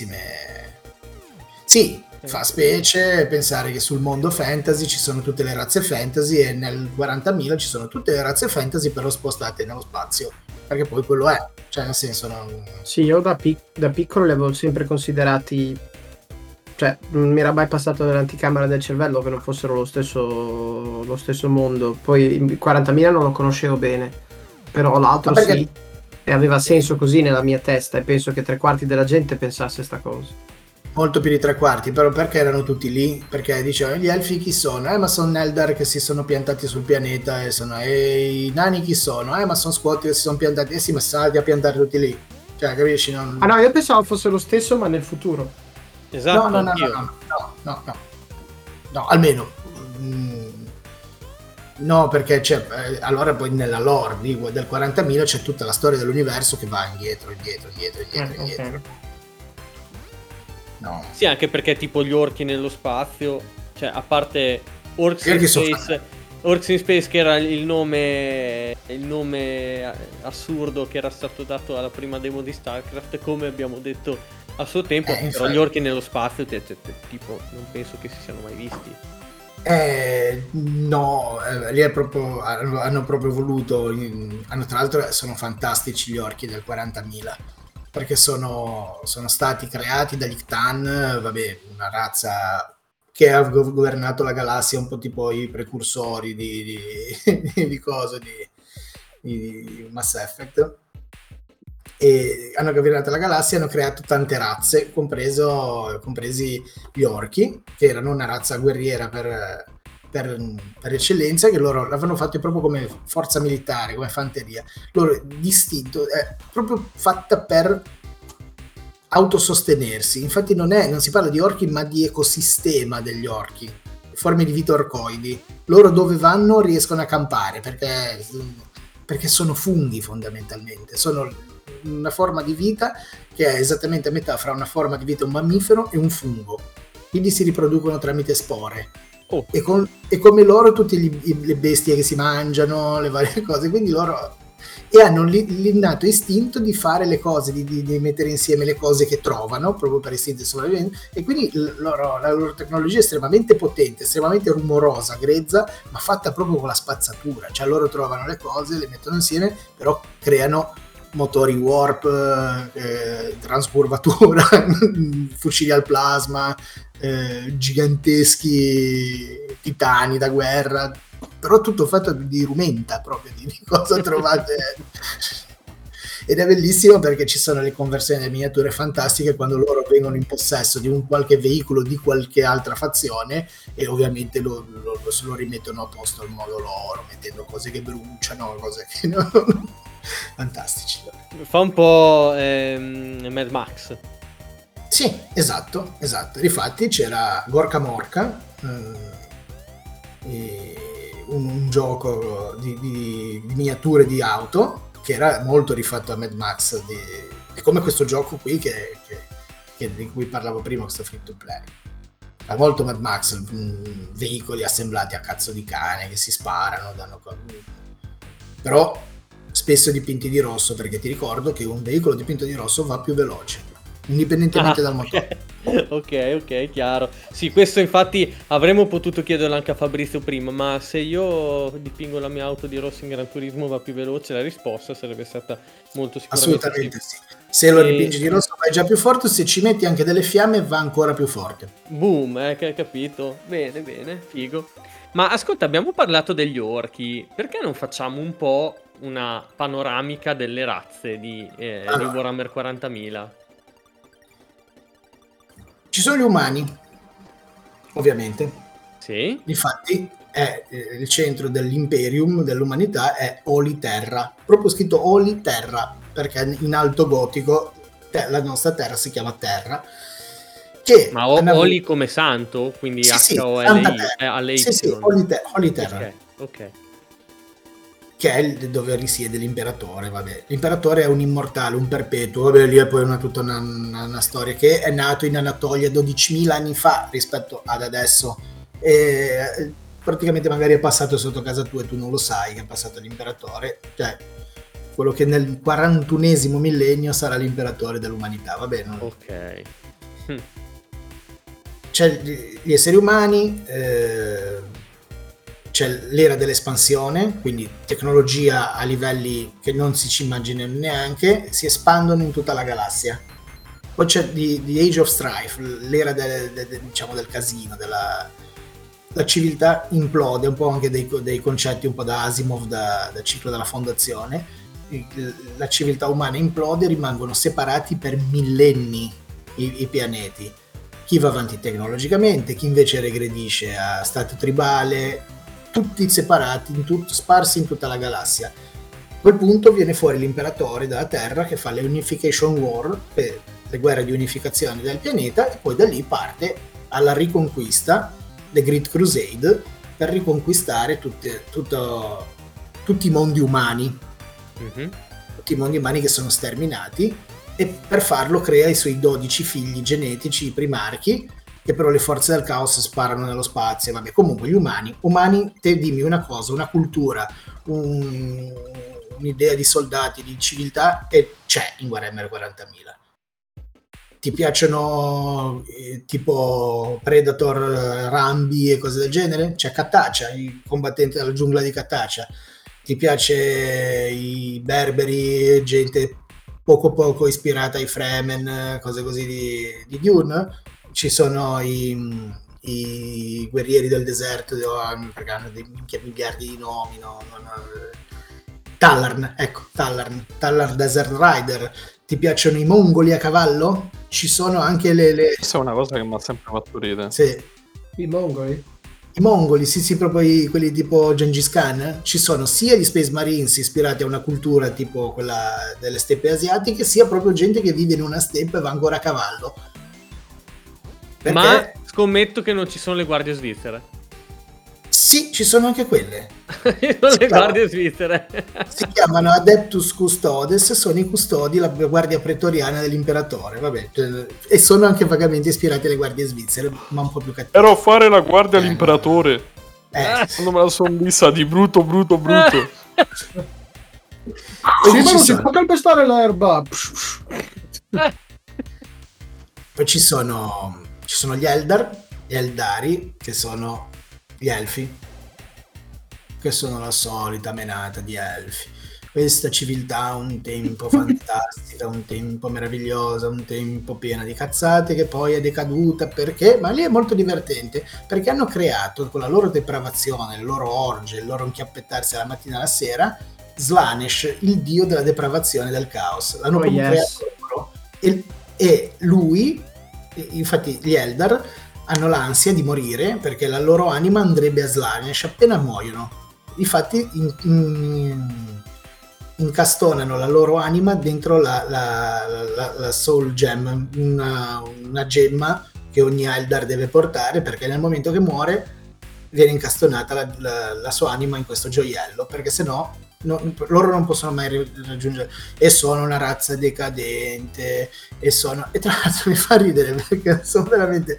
sì, fa specie pensare che sul mondo fantasy ci sono tutte le razze fantasy e nel 40.000 ci sono tutte le razze fantasy però spostate nello spazio, perché poi quello è, cioè nel senso non... Sì, io da piccolo li avevo sempre considerati, cioè non mi era mai passato nell'anticamera del cervello che non fossero lo stesso mondo. Poi il 40.000 non lo conoscevo bene, però l'altro perché... sì, e aveva senso così nella mia testa, e penso che 3/4 della gente pensasse sta cosa. Molto più di 3/4, però perché erano tutti lì? Perché dicevano gli elfi chi sono? Ma sono Eldar che si sono piantati sul pianeta e i nani chi sono? Ma sono squatti che si sono piantati. Sì, ma si sono andati a piantare tutti lì. Cioè, capisci? Non... Ah no, io pensavo fosse lo stesso ma nel futuro. Esatto. No, almeno. No, perché c'è, allora poi nella lore del 40.000 c'è tutta la storia dell'universo che va indietro. Okay. No. Sì, anche perché tipo gli orchi nello spazio, cioè a parte Orcs in Space che era il nome assurdo che era stato dato alla prima demo di StarCraft, come abbiamo detto a suo tempo, però gli orchi nello spazio tipo non penso che si siano mai visti. No, lì è proprio, hanno proprio voluto, tra l'altro sono fantastici gli orchi del 40.000 perché sono stati creati dagli C'tan, vabbè, una razza che ha governato la galassia, un po' tipo i precursori di cosa, di Mass Effect, e hanno governato la galassia e hanno creato tante razze, compresi gli orchi, che erano una razza guerriera per eccellenza, che loro l'avevano fatto proprio come forza militare, come fanteria. Loro distinto, è proprio fatta per autosostenersi. Infatti non si parla di orchi ma di ecosistema degli orchi, forme di vita orcoidi. Loro dove vanno riescono a campare perché sono funghi fondamentalmente, sono una forma di vita che è esattamente a metà fra una forma di vita un mammifero e un fungo, quindi si riproducono tramite spore. E come loro tutte le bestie che si mangiano, le varie cose, quindi loro hanno l'innato istinto di fare le cose, di mettere insieme le cose che trovano proprio per istinto di sopravvivenza, e quindi la loro tecnologia è estremamente potente, estremamente rumorosa, grezza, ma fatta proprio con la spazzatura, cioè loro trovano le cose, le mettono insieme, però creano motori warp, transcurvatura, fucili al plasma, giganteschi titani da guerra, però tutto fatto di rumenta, proprio di cosa trovate. Ed è bellissimo perché ci sono le conversioni delle miniature fantastiche quando loro vengono in possesso di un qualche veicolo di qualche altra fazione, e ovviamente lo rimettono a posto al modo loro, mettendo cose che bruciano, cose che fantastici. Fa un po' Mad Max. Sì, esatto. Difatti c'era Gorka Morka, un gioco di miniature di auto che era molto rifatto a Mad Max, è come questo gioco qui di cui parlavo prima, questo free to play. È molto Mad Max, veicoli assemblati a cazzo di cane che si sparano, però spesso dipinti di rosso, perché ti ricordo che un veicolo dipinto di rosso va più veloce, indipendentemente dal motore. Ok, chiaro. Sì, questo infatti avremmo potuto chiederlo anche a Fabrizio prima, ma se io dipingo la mia auto di rosso in Gran Turismo va più veloce, la risposta sarebbe stata molto sicuramente assolutamente sì. Se lo dipingi di rosso vai già più forte, se ci metti anche delle fiamme va ancora più forte. Boom, che hai capito. Bene, figo. Ma ascolta, abbiamo parlato degli orchi, perché non facciamo un po' una panoramica delle razze di Warhammer 40.000? Ci sono gli umani, ovviamente. Sì. Infatti è il centro dell'imperium dell'umanità è Oliterra, proprio scritto Oliterra, perché in alto gotico la nostra terra si chiama Terra. Ma Oli come santo? Quindi sì, H-O-L-I? sì, Oliterra. Ok. che è dove risiede l'imperatore. Vabbè, l'imperatore è un immortale, un perpetuo, vabbè, lì è poi tutta una storia, che è nato in Anatolia 12.000 anni fa rispetto ad adesso, e praticamente magari è passato sotto casa tua e tu non lo sai che è passato l'imperatore, cioè quello che nel 41esimo millennio sarà l'imperatore dell'umanità, va bene? Ok. C'è gli esseri umani, c'è l'era dell'espansione, quindi tecnologia a livelli che non si ci immaginano neanche, si espandono in tutta la galassia. Poi c'è The Age of Strife, l'era diciamo del casino, la civiltà implode, un po' anche dei concetti un po' da Asimov, da ciclo della fondazione. La civiltà umana implode, rimangono separati per millenni i pianeti. Chi va avanti tecnologicamente, chi invece regredisce a stato tribale, tutti separati, sparsi in tutta la galassia. A quel punto viene fuori l'imperatore dalla Terra che fa le Unification War, le guerre di unificazione del pianeta, e poi da lì parte alla riconquista, The Great Crusade, per riconquistare tutti i mondi umani, tutti i mondi umani che sono sterminati, e per farlo crea i suoi 12 figli genetici, i primarchi, che però le forze del caos sparano nello spazio. Vabbè, comunque gli umani, te dimmi una cosa, una cultura, un'idea di soldati, di civiltà, e c'è in Warhammer 40.000. Ti piacciono tipo Predator, Rambi e cose del genere? C'è Kattacha, il combattente della giungla di Kattacha. Ti piace i berberi, gente poco ispirata ai Fremen, cose così di Dune? Ci sono i guerrieri del deserto, perché hanno dei miliardi di nomi, Tallarn Desert Rider. Ti piacciono i mongoli a cavallo? Ci sono anche Questa è una cosa che mi ha sempre fatto ridere. Sì. I mongoli? I mongoli, sì, proprio quelli tipo Gengis Khan. Ci sono sia gli Space Marines ispirati a una cultura tipo quella delle steppe asiatiche, sia proprio gente che vive in una steppe e va ancora a cavallo. Perché? Ma scommetto che non ci sono le guardie svizzere. Sì, ci sono anche quelle. Sono le guardie svizzere. Si chiamano Adeptus Custodes, sono i custodi, la guardia pretoriana dell'imperatore, vabbè, e sono anche vagamente ispirati alle guardie svizzere, ma un po' più cattive. Però fare la guardia all'imperatore, quando me la sono vista di brutto. Sì, ma non si può calpestare l'erba. Poi ci sono gli Eldar, gli Eldari, che sono gli Elfi, che sono la solita menata di Elfi. Questa civiltà un tempo fantastica, un tempo meravigliosa, un tempo piena di cazzate, che poi è decaduta perché, ma lì è molto divertente, perché hanno creato con la loro depravazione, le loro orge, il loro inchiappettarsi dalla mattina alla sera, Slanesh, il dio della depravazione del caos. L'hanno proprio creato loro, e lui, infatti gli Eldar hanno l'ansia di morire perché la loro anima andrebbe a Slanesh appena muoiono. Infatti incastonano la loro anima dentro la Soul Gem, una gemma che ogni Eldar deve portare, perché nel momento che muore viene incastonata la sua anima in questo gioiello, perché sennò loro non possono mai raggiungere, e sono una razza decadente, e tra l'altro mi fa ridere perché sono veramente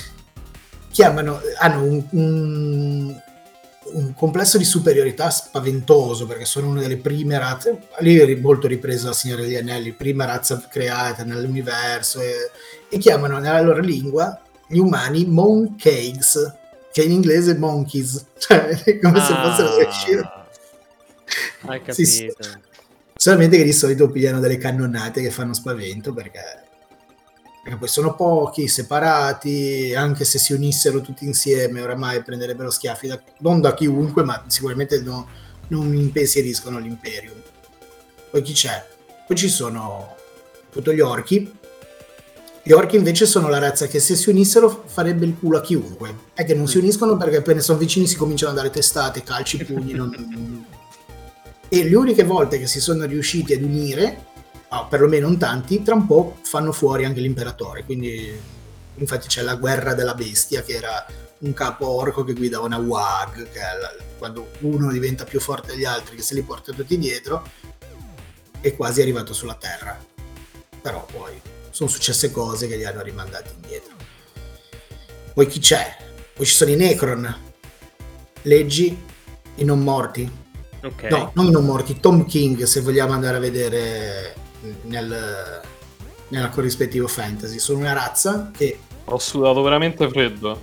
hanno un complesso di superiorità spaventoso, perché sono una delle prime razze, lì è molto ripreso dal Signore degli Anelli, prima razza creata nell'universo, e chiamano nella loro lingua gli umani monkeys, che in inglese è monkeys, cioè come se fossero delle scie. Hai capito. Sì. Solamente che di solito pigliano delle cannonate che fanno spavento, perché poi sono pochi, separati, anche se si unissero tutti insieme oramai prenderebbero schiaffi non da chiunque, ma sicuramente non impensieriscono l'Imperium. Poi chi c'è? Poi ci sono appunto gli orchi. Gli orchi invece sono la razza che se si unissero farebbe il culo a chiunque. È che non si uniscono perché appena sono vicini si cominciano a dare testate, calci, pugni. E le uniche volte che si sono riusciti ad unire, perlomeno non tanti, tra un po' fanno fuori anche l'imperatore. Quindi infatti c'è la guerra della bestia, che era un capo orco che guidava una WAG, che è quando uno diventa più forte degli altri che se li porta tutti dietro, è quasi arrivato sulla Terra. Però poi sono successe cose che li hanno rimandati indietro. Poi chi c'è? Poi ci sono i Necron. Leggi i non morti. Ok. No, non i non morti, Tom King, se vogliamo andare a vedere nella corrispettivo fantasy. Sono una razza che Ho sudato veramente freddo.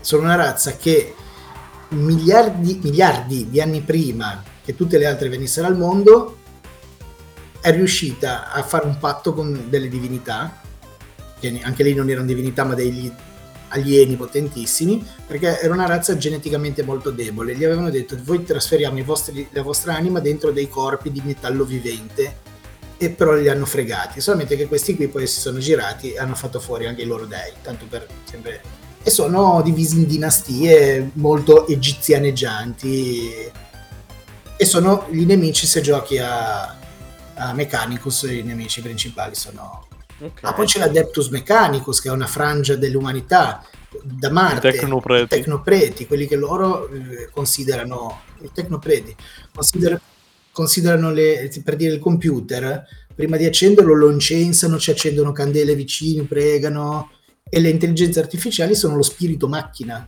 miliardi di anni prima che tutte le altre venissero al mondo è riuscita a fare un patto con delle divinità, che anche lì non erano divinità ma degli alieni potentissimi, perché era una razza geneticamente molto debole. Gli avevano detto: voi trasferiamo la vostra anima dentro dei corpi di metallo vivente, e però li hanno fregati, solamente che questi qui poi si sono girati e hanno fatto fuori anche i loro dei, tanto per sempre, e sono divisi in dinastie molto egizianeggianti, e sono i nemici. Se giochi a Mechanicus, i nemici principali sono poi c'è l'Adeptus Mechanicus, che è una frangia dell'umanità da Marte, i tecnopreti, quelli che loro considerano i tecnopreti considerano per dire il computer, prima di accenderlo lo incensano, ci accendono candele vicino, pregano, e le intelligenze artificiali sono lo spirito macchina.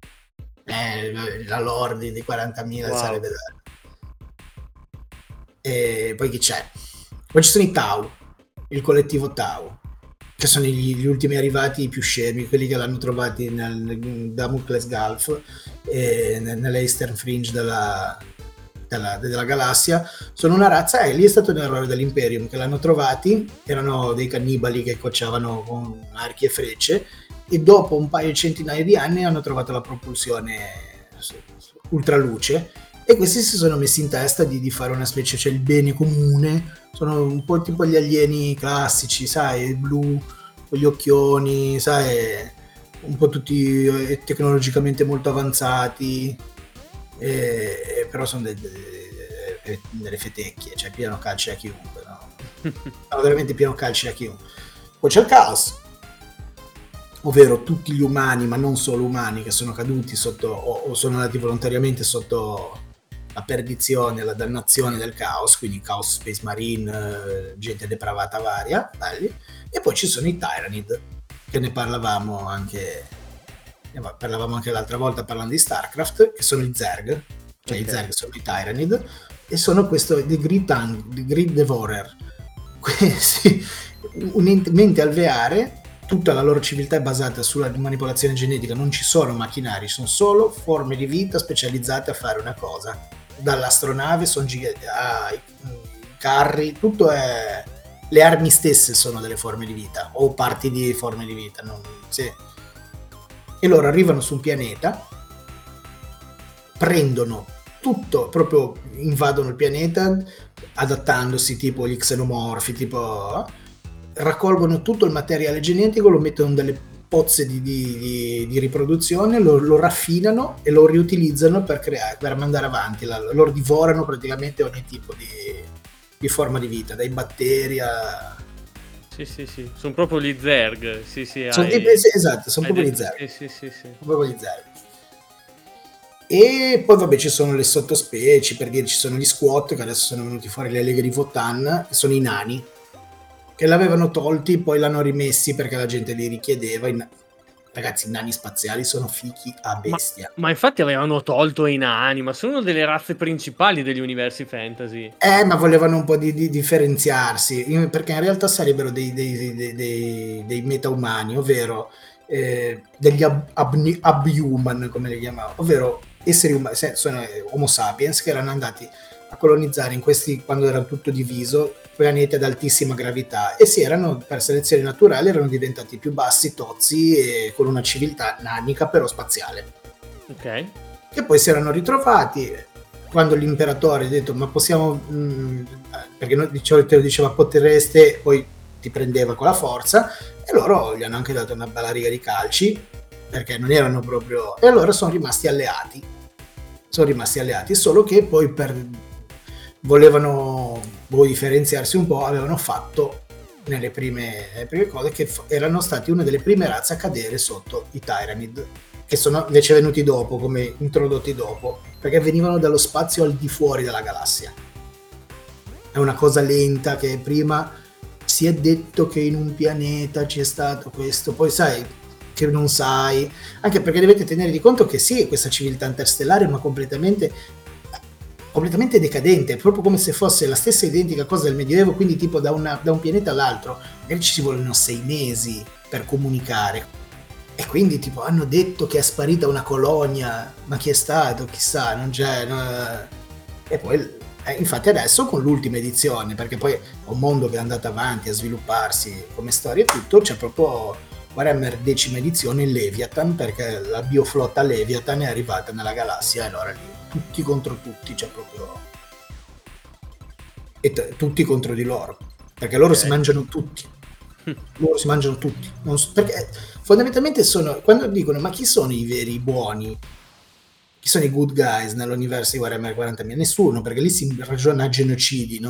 La lore di 40.000 sarebbe da... E poi chi c'è? Poi ci sono i Tau, il collettivo Tau, che sono gli ultimi arrivati, i più scemi, quelli che l'hanno trovati nel Damocles Gulf e nell'Eastern Fringe della galassia. Sono una razza, lì è stato un errore dell'Imperium, che l'hanno trovati, erano dei cannibali che cocciavano con archi e frecce, e dopo un paio di centinaia di anni hanno trovato la propulsione ultraluce, e questi si sono messi in testa di fare una specie, cioè il bene comune. Sono un po' tipo gli alieni classici, sai, blu, con gli occhioni, sai, un po' tutti tecnologicamente molto avanzati, però sono delle fetecchie, cioè piano calci a chiunque, no? No, veramente piano calci a chiunque. Poi c'è il caos, ovvero tutti gli umani, ma non solo umani, che sono caduti sotto o sono andati volontariamente sotto la perdizione, la dannazione del caos, quindi Chaos Space Marine, gente depravata varia, belli. E poi ci sono i Tyranid, che ne parlavamo anche l'altra volta parlando di StarCraft, che sono i Zerg, cioè i Zerg sono i Tyranid, e sono questo The Great Devourer, questi mente alveare. Tutta la loro civiltà è basata sulla manipolazione genetica, non ci sono macchinari, sono solo forme di vita specializzate a fare una cosa, dall'astronave ai carri, tutto è... le armi stesse sono delle forme di vita o parti di forme di vita, e loro arrivano su un pianeta, prendono tutto, proprio invadono il pianeta adattandosi, tipo gli xenomorfi, raccolgono tutto il materiale genetico, lo mettono in delle pozze di riproduzione, lo raffinano e lo riutilizzano per mandare avanti. Loro divorano praticamente ogni tipo di forma di vita, dai batteri a... Sì, sono proprio gli Zerg. Esatto, sono proprio gli Zerg. Sì. Proprio gli Zerg. E poi vabbè ci sono le sottospecie, per dire ci sono gli Squat, che adesso sono venuti fuori le leghe di Votann, che sono i nani, che l'avevano tolti, poi l'hanno rimessi perché la gente li richiedeva. Ragazzi, i nani spaziali sono fichi a bestia. Ma infatti avevano tolto i nani, ma sono una delle razze principali degli universi fantasy. Ma volevano un po' di differenziarsi, perché in realtà sarebbero dei meta-umani, ovvero degli abhuman, come li chiamavo, ovvero esseri umani, sono Homo sapiens, che erano andati a colonizzare in questi, quando era tutto diviso, pianeti ad altissima gravità, e per selezione naturale erano diventati più bassi, tozzi e con una civiltà nanica però spaziale. Ok. Che poi si erano ritrovati quando l'imperatore ha detto: ma possiamo, perché di solito diceva potreste, poi ti prendeva con la forza, e loro gli hanno anche dato una bella riga di calci, perché non erano proprio, e allora sono rimasti alleati, solo che poi volevano differenziarsi un po', avevano fatto nelle prime cose che erano stati una delle prime razze a cadere sotto i Tyranid, che sono invece venuti dopo, come introdotti dopo, perché venivano dallo spazio al di fuori della galassia. È una cosa lenta che prima si è detto che in un pianeta c'è stato questo, poi sai che non sai, anche perché dovete tenere di conto che sì, questa civiltà interstellare, ma completamente decadente, è proprio come se fosse la stessa identica cosa del Medioevo, quindi tipo da un pianeta all'altro, magari ci vogliono 6 mesi per comunicare. E quindi tipo hanno detto che è sparita una colonia, ma chi è stato? Chissà, non c'è. E poi infatti adesso con l'ultima edizione, perché poi è un mondo che è andato avanti a svilupparsi come storia e tutto, c'è proprio Warhammer 10ª edizione Leviathan, perché la bioflotta Leviathan è arrivata nella galassia e allora lì tutti contro tutti, c'è proprio tutti contro di loro, perché loro si mangiano tutti. Loro si mangiano tutti, perché fondamentalmente quando dicono ma chi sono i veri buoni, chi sono i good guys nell'universo di Warhammer 40.000? Nessuno, perché lì si ragiona a genocidi,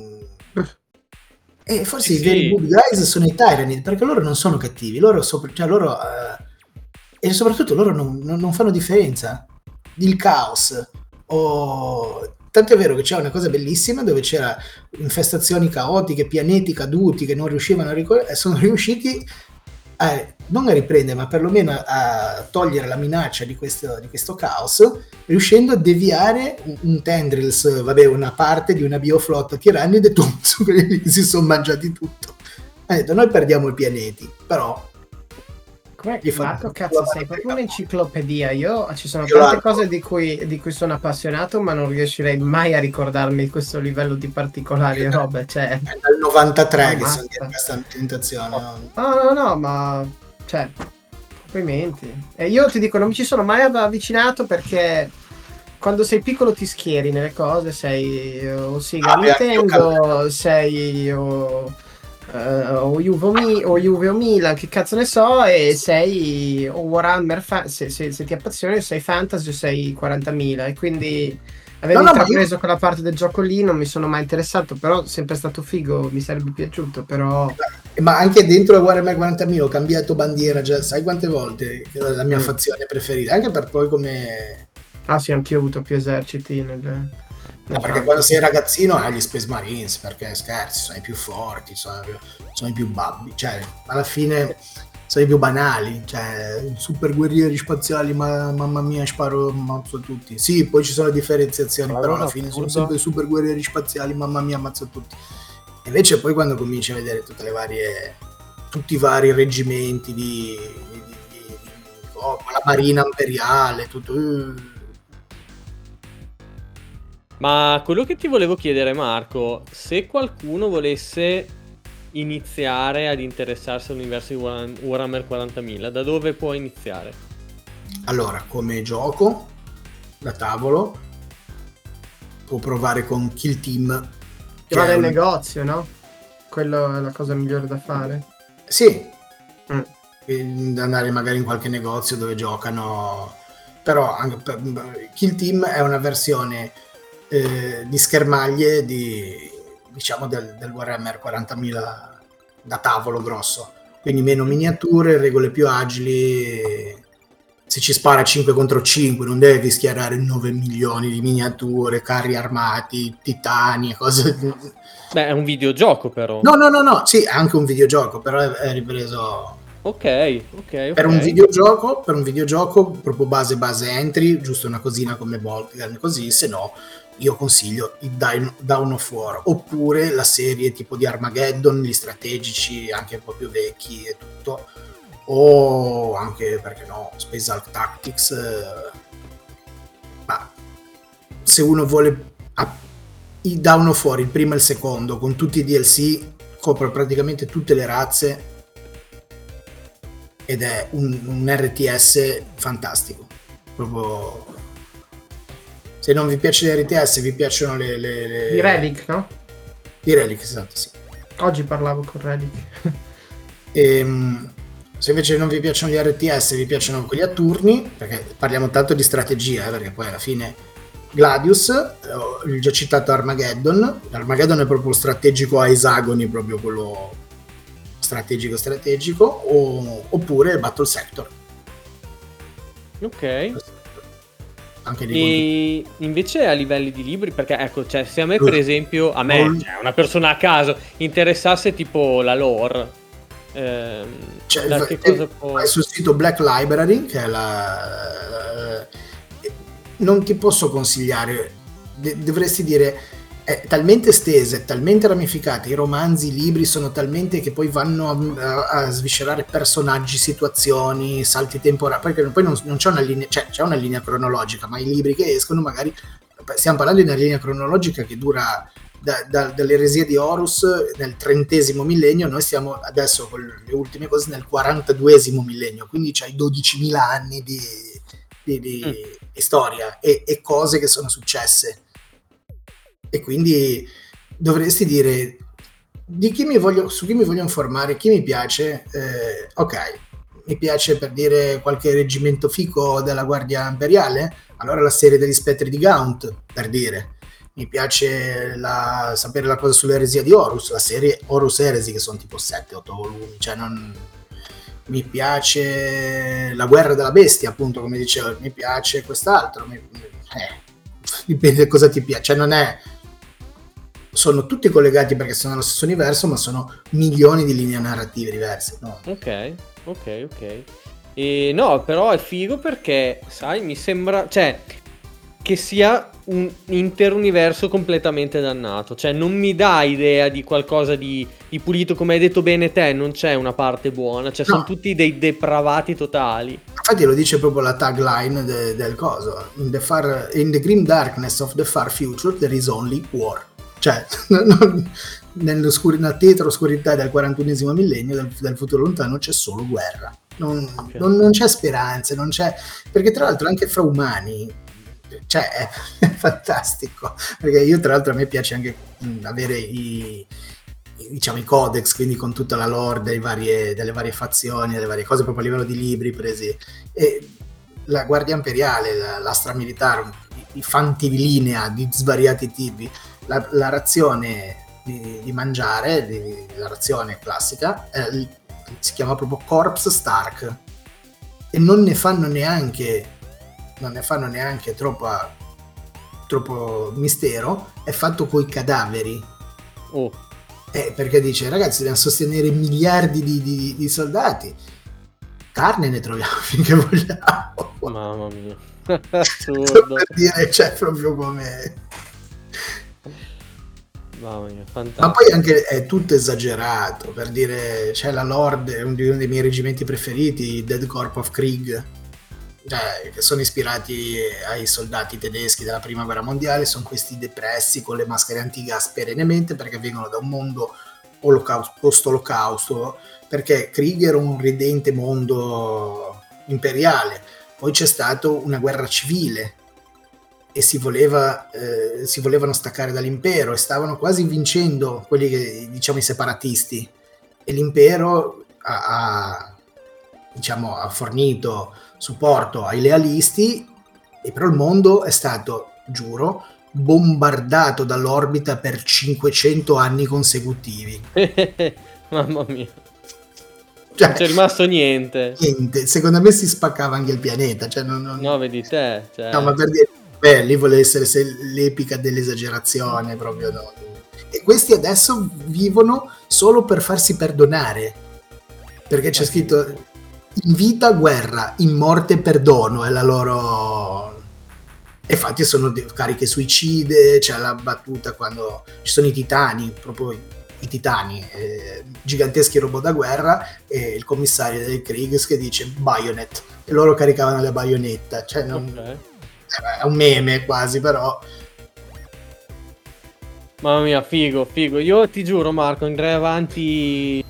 e forse i veri good guys sono i Tyranid, perché loro non sono cattivi, e soprattutto loro non fanno differenza. Il caos tanto è vero che c'è una cosa bellissima dove c'era infestazioni caotiche, pianeti caduti che non riuscivano a sono riusciti non a riprendere, ma perlomeno a togliere la minaccia di questo caos, riuscendo a deviare un Tendrils, una parte di una bioflotta tirannide, e tutti quelli che si sono mangiati tutto. Ha detto noi perdiamo i pianeti, però Marco, cazzo, sei proprio un'enciclopedia. Ci sono tante cose di cui sono appassionato, ma non riuscirei mai a ricordarmi questo livello di particolari robe. Cioè, è dal 93 che sono di questa ambientazione. No, ma cioè, complimenti. E io ti dico, non mi ci sono mai avvicinato perché quando sei piccolo ti schieri nelle cose, sei o Sega Nintendo, sei o Juve o Milan, che cazzo ne so, e sei o Warhammer se ti appassioni, sei fantasy o sei 40.000, e quindi avevo intrapreso quella parte del gioco lì, non mi sono mai interessato, però sempre stato figo, mi sarebbe piaciuto, però ma anche dentro la Warhammer 40.000 ho cambiato bandiera già sai quante volte, che è la mia fazione preferita, anche per poi come sì, anch'io ho avuto più eserciti perché quando sei ragazzino hai gli Space Marines, perché scherzi, sono i più forti, sono i più babbi, cioè alla fine sono i più banali, cioè super guerrieri spaziali, mamma mia sparo ammazzo tutti. Sì, poi ci sono differenziazioni, però alla fine sono sempre super guerrieri spaziali, mamma mia ammazzo tutti. Invece poi quando cominci a vedere tutti i vari reggimenti la marina imperiale, tutto. Ma quello che ti volevo chiedere, Marco, se qualcuno volesse iniziare ad interessarsi all'universo di Warhammer 40.000, da dove può iniziare? Allora, come gioco da tavolo può provare con Kill Team, che va nel negozio, no? Quello è la cosa migliore da fare. Sì, andare magari in qualche negozio dove giocano, però anche Kill Team è una versione di schermaglie diciamo del Warhammer 40.000 da tavolo grosso, quindi meno miniature, regole più agili. Se ci spara 5 contro 5 non devi schierare 9 milioni di miniature, carri armati, titani e cose. Beh, è un videogioco però. No, sì, è anche un videogioco, però è ripreso. Ok. Per un videogioco proprio base entry, giusto una cosina come Boltgun, così, se no io consiglio il Dawn of War, oppure la serie tipo di Armageddon, gli strategici anche un po' più vecchi e tutto, o anche, perché no, Space Hulk Tactics. Ma se uno vuole il Dawn of War, il primo e il secondo, con tutti i DLC, copre praticamente tutte le razze ed è un RTS fantastico. Proprio, se non vi piace l'RTS, vi piacciono le di Relic, no? Di Relic, esatto, sì. Oggi parlavo con Relic. Se invece non vi piacciono gli RTS, vi piacciono quelli a turni, perché parliamo tanto di strategia, perché poi alla fine Gladius, il già citato Armageddon è proprio strategico a esagoni, proprio quello strategico, oppure Battle Sector. Ok. Anche di E invece a livelli di libri, perché ecco, cioè, se a me per esempio, cioè, una persona a caso, interessasse tipo la lore, da che cosa può... vai sul sito Black Library, che è non ti posso consigliare, dovresti dire, è talmente estesa, è talmente ramificata, i romanzi, i libri sono talmente che poi vanno a sviscerare personaggi, situazioni, salti temporali, perché poi non c'è una linea, cioè c'è una linea cronologica, ma i libri che escono magari, stiamo parlando di una linea cronologica che dura dall'eresia di Horus nel 30° millennio, noi siamo adesso con le ultime cose nel 42° millennio, quindi c'hai 12.000 anni di storia e cose che sono successe, e quindi dovresti dire su chi mi voglio informare, chi mi piace, ok, mi piace per dire qualche reggimento fico della Guardia Imperiale, allora la serie degli spettri di Gaunt, per dire. Mi piace sapere la cosa sull'eresia di Horus, la serie Horus Heresy, che sono tipo 7-8 volumi, cioè mi piace la guerra della bestia, appunto, come dicevo, mi piace quest'altro, dipende cosa ti piace, cioè sono tutti collegati perché sono nello stesso universo, ma sono milioni di linee narrative diverse, no? Ok. E no, però è figo perché, sai, mi sembra, cioè, che sia un intero universo completamente dannato, cioè non mi dà idea di qualcosa di pulito, come hai detto bene te, non c'è una parte buona, cioè sono tutti dei depravati totali. Infatti lo dice proprio la tagline del coso, in the grim darkness of the far future there is only war, cioè nella tetra oscurità del 41° millennio del futuro lontano c'è solo guerra, non c'è speranza, non c'è, perché tra l'altro anche fra umani, cioè è fantastico, perché io tra l'altro a me piace anche avere i codex, quindi con tutta la lore delle varie fazioni, delle varie cose, proprio a livello di libri presi, e la Guardia Imperiale, l'Astra Militarum, i fanti di linea di svariati tipi, la razione di mangiare, la razione classica, si chiama proprio Corpse Stark, e non ne fanno neanche troppo mistero, è fatto coi cadaveri. Perché dice, ragazzi, dobbiamo sostenere miliardi di soldati, carne ne troviamo finché vogliamo. Mamma mia, assurdo. Per dire, c'è proprio come... Mamma mia, fantastico. Ma poi anche è tutto esagerato, per dire, c'è la Lord, uno dei miei reggimenti preferiti, Dead Corp of Krieg, cioè, che sono ispirati ai soldati tedeschi della prima guerra mondiale, sono questi depressi con le maschere antigas perennemente, perché vengono da un mondo post-olocausto, perché Krieg era un ridente mondo imperiale, poi c'è stata una guerra civile e si volevano staccare dall'impero e stavano quasi vincendo quelli che, diciamo, i separatisti, e l'impero ha fornito supporto ai lealisti, e però il mondo è stato, giuro, bombardato dall'orbita per 500 anni consecutivi. Mamma mia, cioè, non c'è rimasto niente. Secondo me si spaccava anche il pianeta, cioè no, vedi te, cioè... No, ma per dire, lì vuole essere l'epica dell'esagerazione proprio, no? E questi adesso vivono solo per farsi perdonare, perché c'è scritto in vita guerra, in morte perdono, è la loro... E infatti sono cariche suicide, c'è la battuta quando ci sono i titani, proprio i titani, giganteschi robot da guerra, e il commissario del Kriegs che dice bayonet, e loro caricavano la baionetta, cioè è un meme quasi, però... Mamma mia, figo. Io ti giuro, Marco, andrei avanti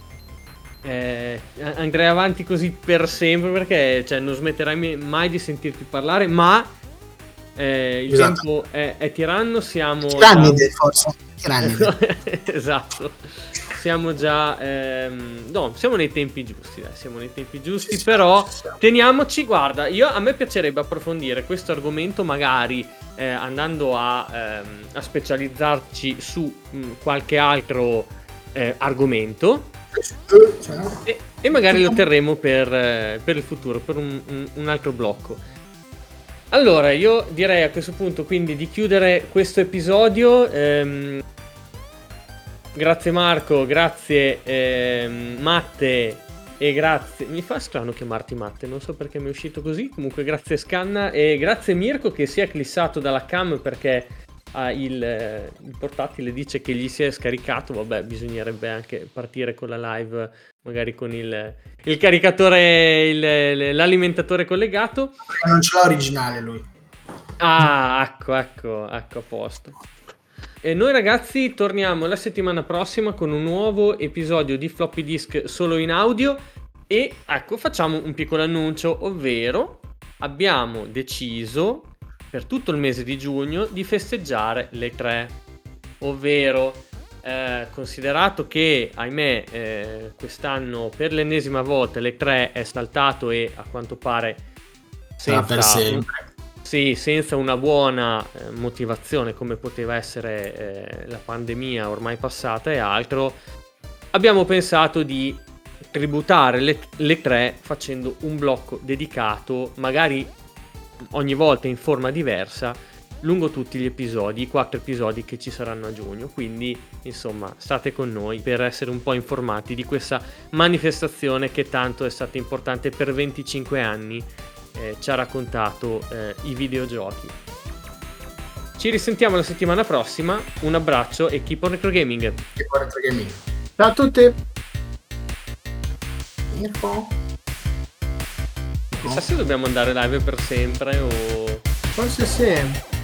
così per sempre, perché cioè, non smetterai mai di sentirti parlare, ma il tempo è tiranno, siamo... Tirannide, forse. Tirannide. Esatto. Siamo già... no, siamo nei tempi giusti, sì, però teniamoci, guarda, a me piacerebbe approfondire questo argomento, magari andando a specializzarci su qualche altro argomento, e magari lo terremo per il futuro, per un altro blocco. Allora, io direi a questo punto quindi di chiudere questo episodio. Grazie Marco, grazie Matte e grazie... Mi fa strano chiamarti Matte, non so perché mi è uscito così. Comunque grazie Scanna e grazie Mirko che si è clissato dalla cam perché il portatile dice che gli si è scaricato. Vabbè, bisognerebbe anche partire con la live, magari con il caricatore, l'alimentatore collegato. Ma non ce l'ha originale lui. Ah, ecco, a posto. E noi ragazzi torniamo la settimana prossima con un nuovo episodio di Floppy Disk solo in audio. E ecco, facciamo un piccolo annuncio, ovvero abbiamo deciso per tutto il mese di giugno di festeggiare le 3, ovvero considerato che ahimè quest'anno per l'ennesima volta le 3 è saltato e a quanto pare per sempre. Senza una buona motivazione come poteva essere la pandemia ormai passata e altro, abbiamo pensato di tributare le 3 facendo un blocco dedicato, magari ogni volta in forma diversa, lungo tutti gli episodi, i 4 episodi che ci saranno a giugno. Quindi insomma state con noi per essere un po' informati di questa manifestazione che tanto è stata importante per 25 anni. Ci ha raccontato i videogiochi. Ci risentiamo la settimana prossima. Un abbraccio e keep on retro gaming. Ciao a tutti. Chissà se dobbiamo andare live per sempre o... Forse sì.